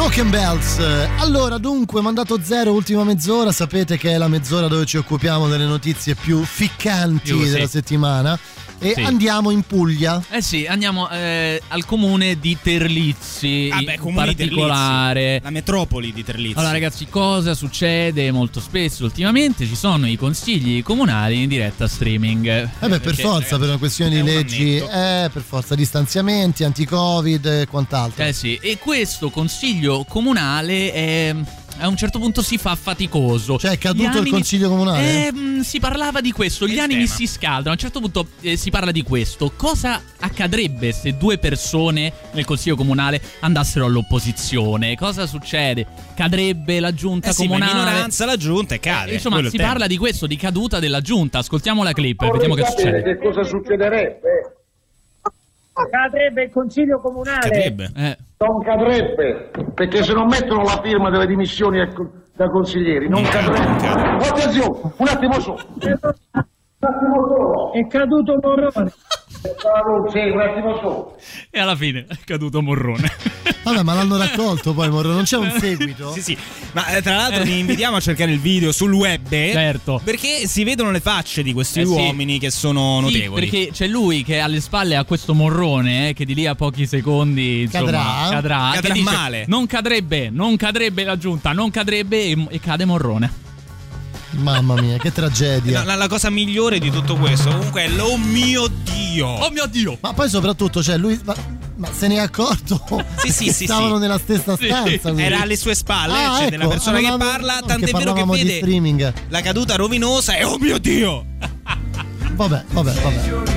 Broken Bells. Allora, dunque, mandato zero, ultima mezz'ora. Sapete che è la mezz'ora dove ci occupiamo delle notizie più ficcanti Io, della sì. settimana. E sì. andiamo in Puglia. Eh sì, andiamo eh, al comune di Terlizzi. Ah beh, in comune particolare. Di Terlizzi. La metropoli di Terlizzi. Allora ragazzi, cosa succede molto spesso ultimamente? Ci sono i consigli comunali in diretta streaming. Eh beh, per Perché, forza, ragazzi, per una questione di leggi. Eh, per forza, distanziamenti, anti-Covid e quant'altro. Eh sì, e questo consiglio comunale è... a un certo punto si fa faticoso. Cioè è caduto animi... il consiglio comunale? Eh, mh, si parlava di questo, gli animi tema. si scaldano. A un certo punto eh, si parla di questo. Cosa accadrebbe se due persone nel consiglio comunale andassero all'opposizione? Cosa succede? Cadrebbe la giunta eh sì, comunale? Ma in minoranza la giunta e cade. Eh, insomma, si parla di questo, di caduta della giunta. Ascoltiamo la clip e vediamo che succede. Che cosa succederebbe? Cadrebbe il consiglio comunale. Cadrebbe. Eh. Non cadrebbe, perché se non mettono la firma delle dimissioni da consiglieri non cadrebbe. Attenzione, un attimo solo. Un attimo solo. È caduto Morrone. Sì, un attimo solo. E alla fine è caduto Morrone. Vabbè, ma l'hanno raccolto poi Morrone, non c'è un seguito? Sì, sì. Ma eh, tra l'altro vi invitiamo a cercare il video sul web. Certo. Perché si vedono le facce di questi eh, uomini sì. che sono notevoli. Sì, perché c'è lui che alle spalle ha questo Morrone eh, che di lì a pochi secondi insomma, cadrà. Cadrà, cadrà dice, male. Non cadrebbe, non cadrebbe la giunta, non cadrebbe e, e cade Morrone. Mamma mia, che tragedia. La, la, la cosa migliore di tutto questo comunque è l'oh mio Dio. Oh mio Dio. Ma poi soprattutto, cioè lui ma, ma se ne è accorto sì, sì, che sì, stavano sì. nella stessa stanza. Sì. Era alle sue spalle, ah, c'è ecco, della persona allora, che parla, no, tant'è che vero che vede streaming. La caduta rovinosa e oh mio Dio. Vabbè, vabbè, vabbè.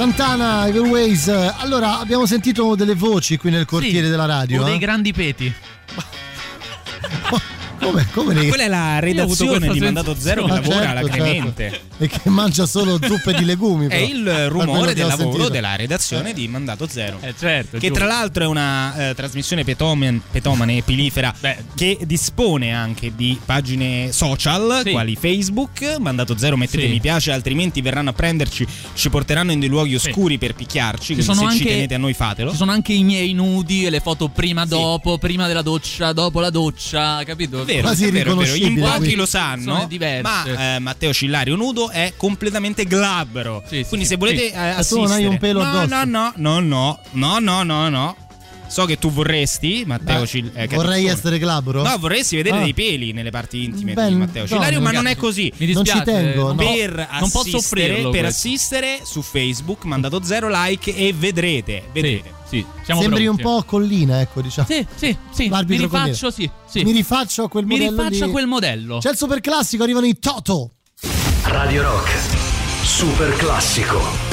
Santana, Evil Ways. Allora, abbiamo sentito delle voci qui nel cortile sì, della radio. O dei eh? grandi peti. Come, come ne... Quella è la redazione di Mandato Zero che ah, lavora certo, alacremente certo. E che mangia solo zuppe di legumi. È però, il rumore del lavoro sentito. della redazione eh. di Mandato Zero. Eh certo, che giusto. tra l'altro è una eh, trasmissione petoman, petomane e pilifera Beh. che dispone anche di pagine social, sì. quali Facebook. Mandato Zero, mettete sì. mi piace, altrimenti verranno a prenderci, ci porteranno in dei luoghi oscuri sì. per picchiarci. Quindi se anche, ci tenete a noi fatelo. Ci sono anche i miei nudi e le foto prima sì. dopo, prima della doccia, dopo la doccia, capito? Vero, è vero, è vero. In pochi lo sanno, ma eh, Matteo Cillario nudo è completamente glabro. Sì, sì, sì. Quindi se volete sì. eh, assistere, tu non hai un pelo no, addosso. no, no, no, no, no, no, no, no. So che tu vorresti, Matteo Beh, Cil- eh, vorrei essere glabro? No, vorresti vedere ah. dei peli nelle parti intime Beh, di Matteo no, Cillario, ma ragazzi, non è così. Mi dispiace, non ci tengo. No. Per non posso assistere, offrirlo per questo. assistere su Facebook, Mandato Zero like e vedrete, vedrete. Sì, sì, siamo sembri pronti. un po' Collina, ecco, diciamo. Sì, sì, sì. Mi rifaccio, sì, sì. Mi rifaccio a quel Mi modello rifaccio lì. a quel modello. C'è il super classico, arrivano i Toto. Radio Rock, super classico.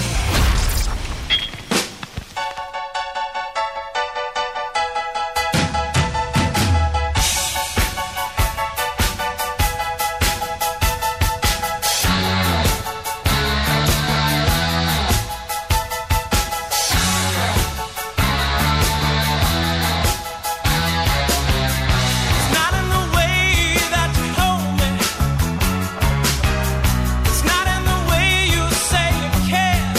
It's not in the way you say you care.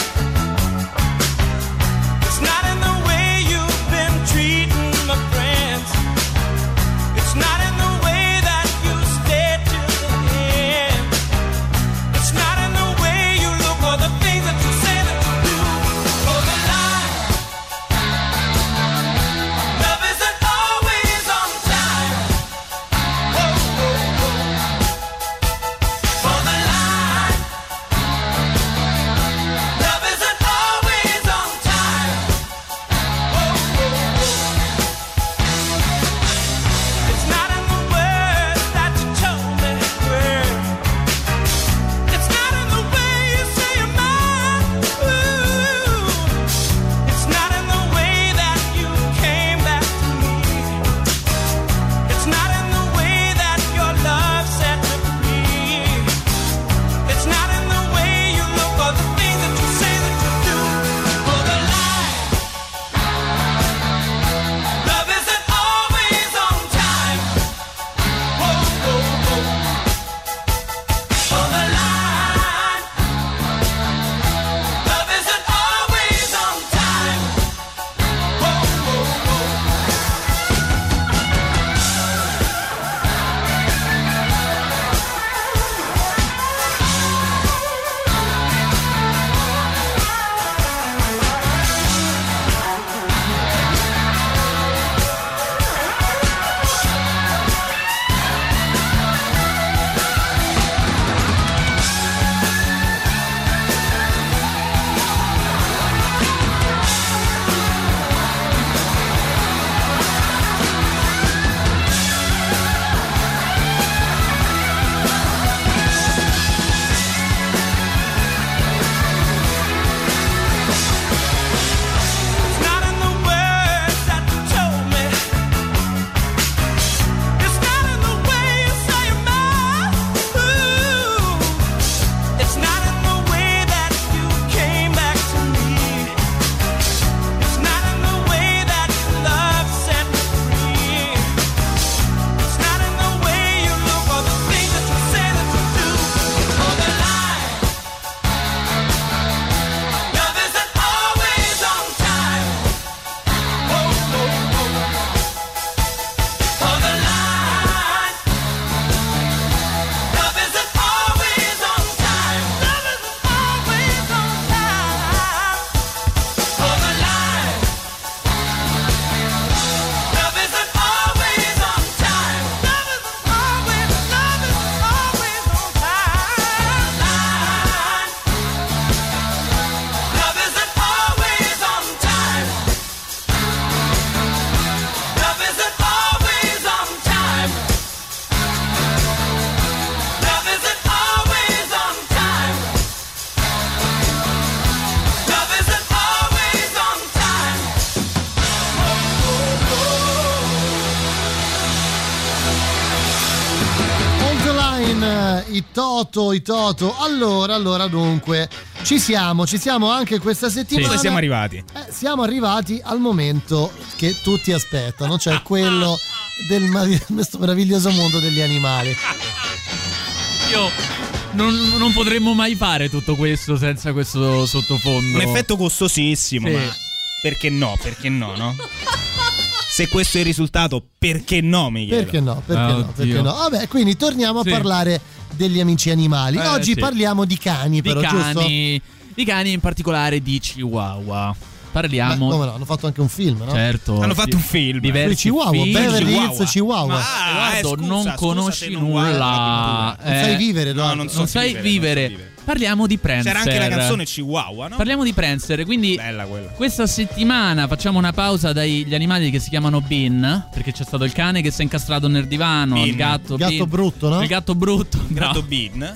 i Toto, i Toto. Allora, allora dunque, ci siamo, ci siamo anche questa settimana. Dove siamo arrivati? Eh, siamo arrivati al momento che tutti aspettano, cioè quello del questo meraviglioso mondo degli animali. Io non, non potremmo mai fare tutto questo senza questo sottofondo. Un effetto costosissimo, sì. Ma perché no? Perché no, no? Se questo è il risultato, perché no, mi chiedo. Perché no? Perché oh, no? Perché no? Vabbè, quindi torniamo sì. a parlare degli amici animali. Eh, Oggi sì. parliamo di cani, di però, cani, giusto? Di cani, in particolare di Chihuahua. Parliamo. Beh, come no? Hanno fatto anche un film, no? Certo. Hanno fatto un film. Diversi Chihuahua, film. Beverly Hills Chihuahua. Ah, Edoardo, eh, scusa, non scusa conosci se non nulla. Non sai vivere, No, Edoardo. non so non sai vivere, vivere. non so vivere. Parliamo di Prancer. C'era anche la canzone Chihuahua, no? Parliamo di Prancer, quindi bella quella. Questa settimana facciamo una pausa dagli animali che si chiamano Bean, perché c'è stato il cane che si è incastrato nel divano, Bean. il gatto Il gatto Bean, brutto, no? Il gatto brutto. Gatto no. Bean.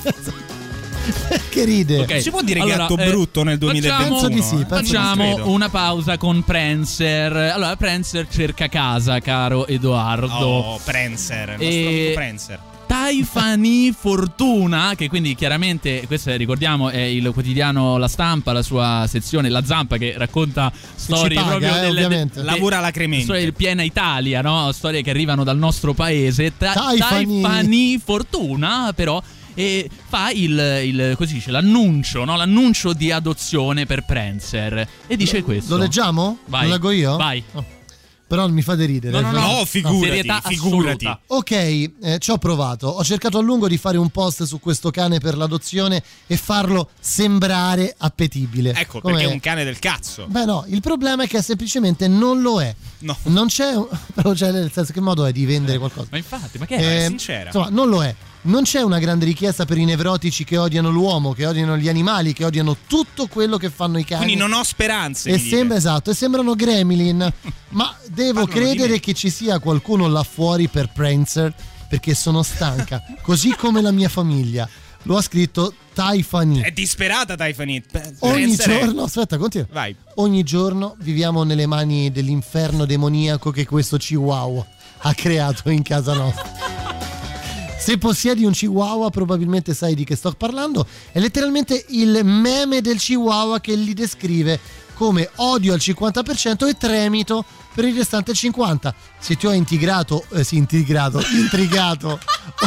Che ride. Ok. Si può dire Allora, gatto eh, brutto nel duemilaventuno? Penso di sì, eh? penso Facciamo Credo. una pausa con Prancer. Allora, Prancer cerca casa, caro Edoardo. Oh, Prancer, il nostro E- amico Prancer. Tiffany Fortuna, che quindi chiaramente, questo ricordiamo è il quotidiano La Stampa, la sua sezione La Zampa, che racconta storie paga, proprio eh, delle, ovviamente. de- Lavora alacremente. storie piena Italia, no? Storie che arrivano dal nostro paese. Ta- Tiffany. Tiffany Fortuna, però. E fa il, il così dice l'annuncio, no? L'annuncio di adozione per Prancer. E dice questo. Lo leggiamo? Vai. Lo leggo io? Vai. Oh. Però mi fate ridere. No, no, no, No, figurati, serietà figurati. assoluta. Ok, eh, ci ho provato. Ho cercato a lungo di fare un post su questo cane per l'adozione e farlo sembrare appetibile. Ecco, Come- perché è un cane del cazzo. Beh no, il problema è che semplicemente non lo è. No. Non c'è un- però c'è nel senso, che modo è di vendere qualcosa? Ma infatti, ma che è? Eh, sincera. Insomma, non lo è. Non c'è una grande richiesta per i nevrotici che odiano l'uomo, che odiano gli animali, che odiano tutto quello che fanno i cani. Quindi non ho speranze. E mi sembra, dite. esatto, e sembrano gremlin. Ma devo Parlano di credere me. che ci sia qualcuno là fuori per Prancer, perché sono stanca, così come la mia famiglia. Lo ha scritto Tiffany. È disperata Tiffany. P- Ogni Prancer è- giorno, aspetta, continua. Vai. Ogni giorno viviamo nelle mani dell'inferno demoniaco che questo Chihuahua ha creato in casa nostra. Se possiedi un Chihuahua probabilmente sai di che sto parlando. È letteralmente il meme del Chihuahua che li descrive come odio al cinquanta per cento e tremito per il restante cinquanta per cento. Se ti ho integrato, eh, sì, integrato, intrigato.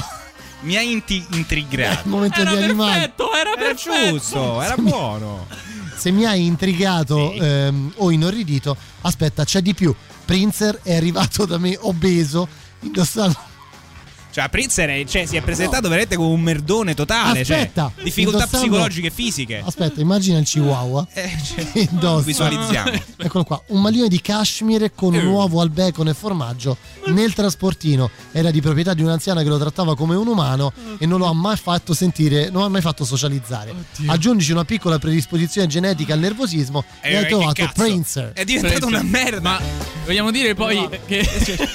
Mi ha inti- intrigato. Il momento Era degli animali. perfetto, era Era perfetto. giusto, era buono. Se mi hai intrigato Sì. ehm, o inorridito, aspetta, c'è di più. Prancer è arrivato da me obeso, indossando. Cioè, Prancer è- cioè, si è presentato veramente come un merdone totale. Aspetta, cioè, difficoltà indossando- psicologiche e fisiche. Aspetta, immagina il Chihuahua. Eh, cioè, che indossa. visualizziamo. Eccolo qua, un maglione di cashmere con un Eh. uovo al bacon e formaggio nel trasportino. Era di proprietà di un'anziana che lo trattava come un umano e non lo ha mai fatto sentire, non lo ha mai fatto socializzare. Aggiungici una piccola predisposizione genetica al nervosismo e, Eh, hai che trovato cazzo? Prancer. È diventato una merda. Ma vogliamo dire poi che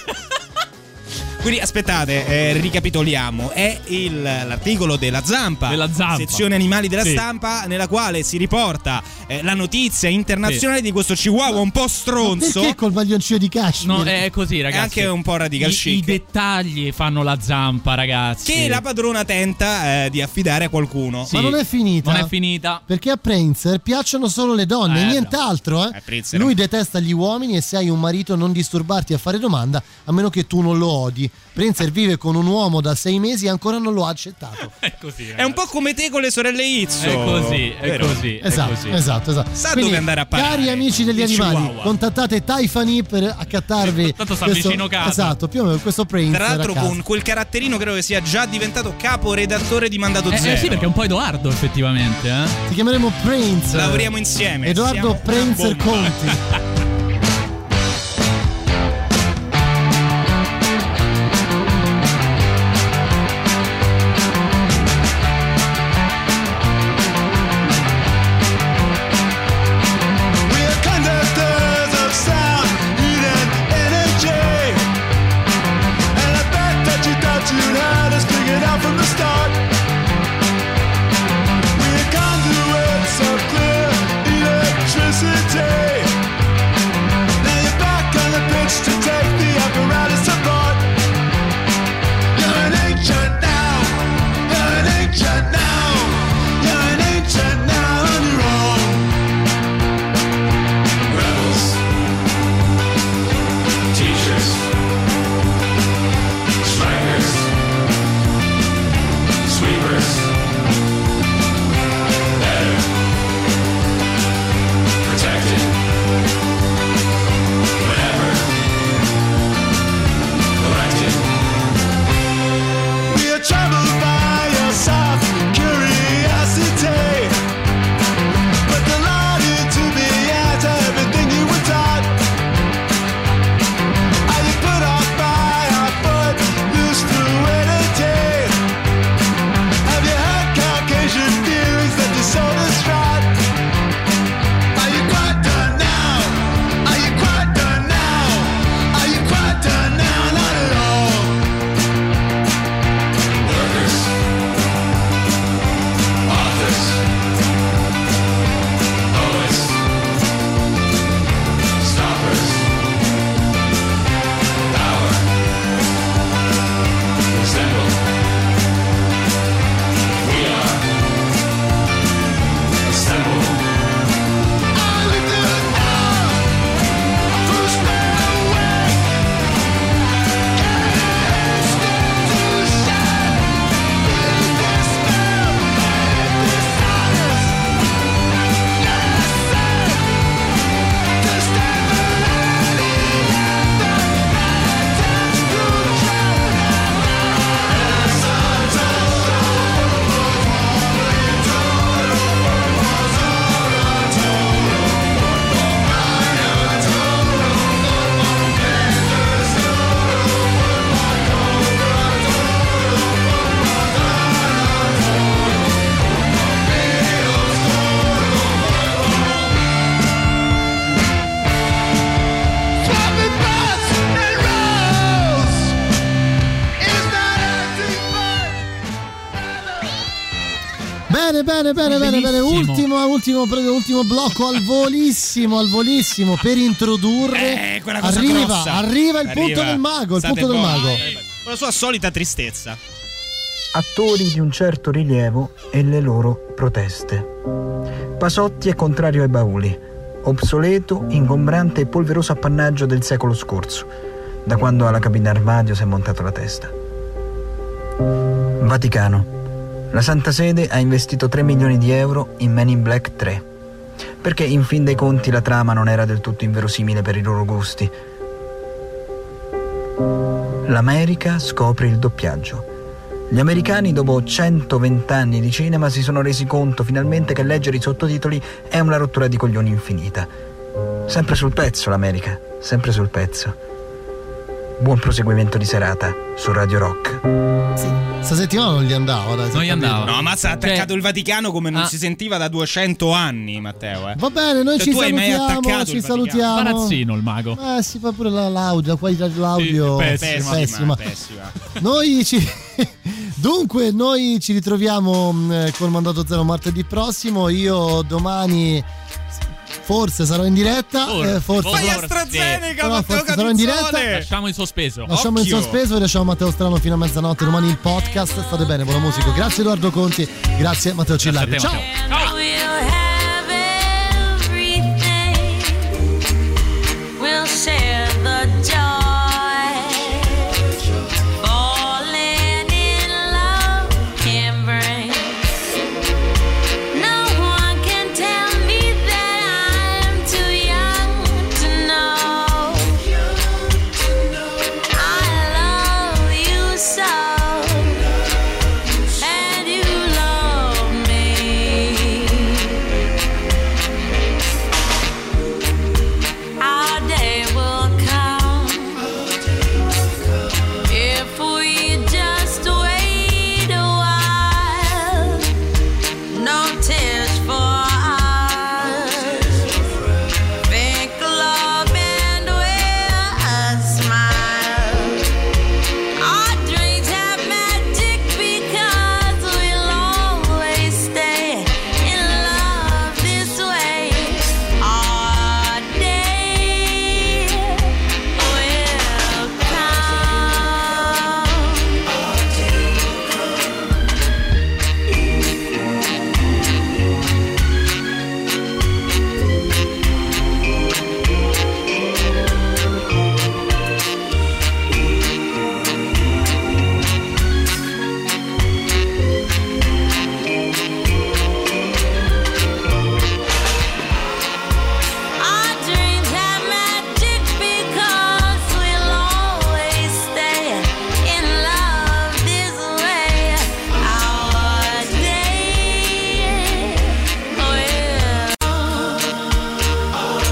Quindi aspettate, eh, ricapitoliamo. È il, l'articolo della Zampa, Della Zampa. sezione animali della Sì. Stampa, nella quale si riporta eh, la notizia internazionale Sì. di questo Chihuahua un po' stronzo. Perché col maglioncino di cashmere? no, è così, ragazzi. È anche un po' radical I, chic. I dettagli fanno la Zampa, ragazzi. Che la padrona tenta eh, di affidare a qualcuno. Sì. Ma non è finita. Non è finita. Perché a Prancer piacciono solo le donne, Eh, nient'altro. Eh, Eh. Prancer- Lui detesta gli uomini e se hai un marito non disturbarti a fare domanda a meno che tu non lo odi. Prancer vive con un uomo da sei mesi e ancora non lo ha accettato. È così. È un po' come te con le sorelle Izzo. È così, è Vero? così. è Esatto, così. esatto, esatto. Sa Quindi, dove andare a parare. Cari amici degli Il animali, Chihuahua. contattate Tiffany per accattarvi. Tanto sta questo, vicino casa. Esatto, più o meno questo Prancer. Tra l'altro a casa. con quel caratterino credo che sia già diventato capo redattore di Mandato Eh, Zero. eh sì, perché è un po' Edoardo, effettivamente. Eh? Ti chiameremo Prancer. Lavoriamo insieme. Edoardo siamo Prancer bomba. Conti. We're conductors of sound, heat and energy. And I bet that you thought you'd had us figured out from the start. We're conduits of clear electricity. Bene, bene, bene, bene, bene. Ultimo, ultimo, ultimo blocco al volissimo, al volissimo per introdurre. Eh, quella cosa arriva, grossa. arriva il Arriva. punto del mago, il State punto del buoni. mago. Con la sua solita tristezza. Attori di un certo rilievo e le loro proteste. Pasotti è contrario ai bauli, obsoleto, ingombrante e polveroso appannaggio del secolo scorso, da quando alla cabina armadio si è montato la testa. Vaticano. La Santa Sede ha investito tre milioni di euro in Men in Black tre, perché in fin dei conti la trama non era del tutto inverosimile per i loro gusti. L'America scopre il doppiaggio. Gli americani dopo centoventi anni di cinema si sono resi conto finalmente che leggere i sottotitoli è una rottura di coglioni infinita. Sempre sul pezzo l'America, sempre sul pezzo. Buon proseguimento di serata su Radio Rock. Sì, sta settimana non gli andava, dai. Non gli andava. No, ma si è attaccato Cioè- il Vaticano come non Ah. si sentiva da duecento anni, Matteo. Eh. Va bene, noi Cioè, ci tu hai mai salutiamo, attaccato ci il Vaticano? salutiamo. Barazzino il mago. Eh, si fa pure la- l'audio, la qualità dell'audio. Sì, Pessima, pessima. pessima. Noi ci Dunque, noi ci ritroviamo mh, col mandato zero martedì prossimo. Io domani forse sarò in diretta. Forse, eh, forse forse. Fai però- AstraZeneca, però Matteo forse sarò in diretta. Catizzone. Lasciamo in sospeso. Lasciamo in Occhio. sospeso e lasciamo Matteo Strano fino a mezzanotte. Domani il podcast. State bene, buona musica. Grazie Edoardo Conti, grazie Matteo Cillario. Grazie a te, Ciao. Matteo. We'll have everything. We'll share the joy. Falling in love can bring. No one can tell me that I'm too young to know. I love you so, and you love me. Our day will come if we just wait a while. No tears for us. Think love and wear a smile. Our dreams have magic because we'll always stay in love this way. Our day will Our dreams have magic because we'll always stay in love this way. Our day will Our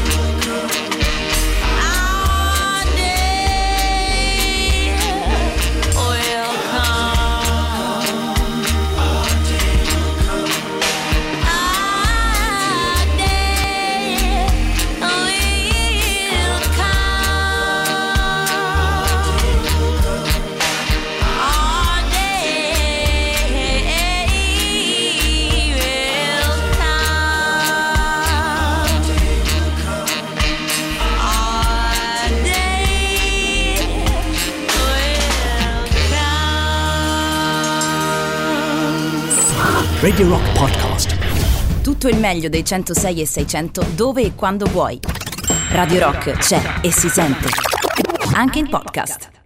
day will Radio Rock Podcast. Tutto il meglio dei centosei e seicento dove e quando vuoi. Radio Rock c'è e si sente. Anche in podcast.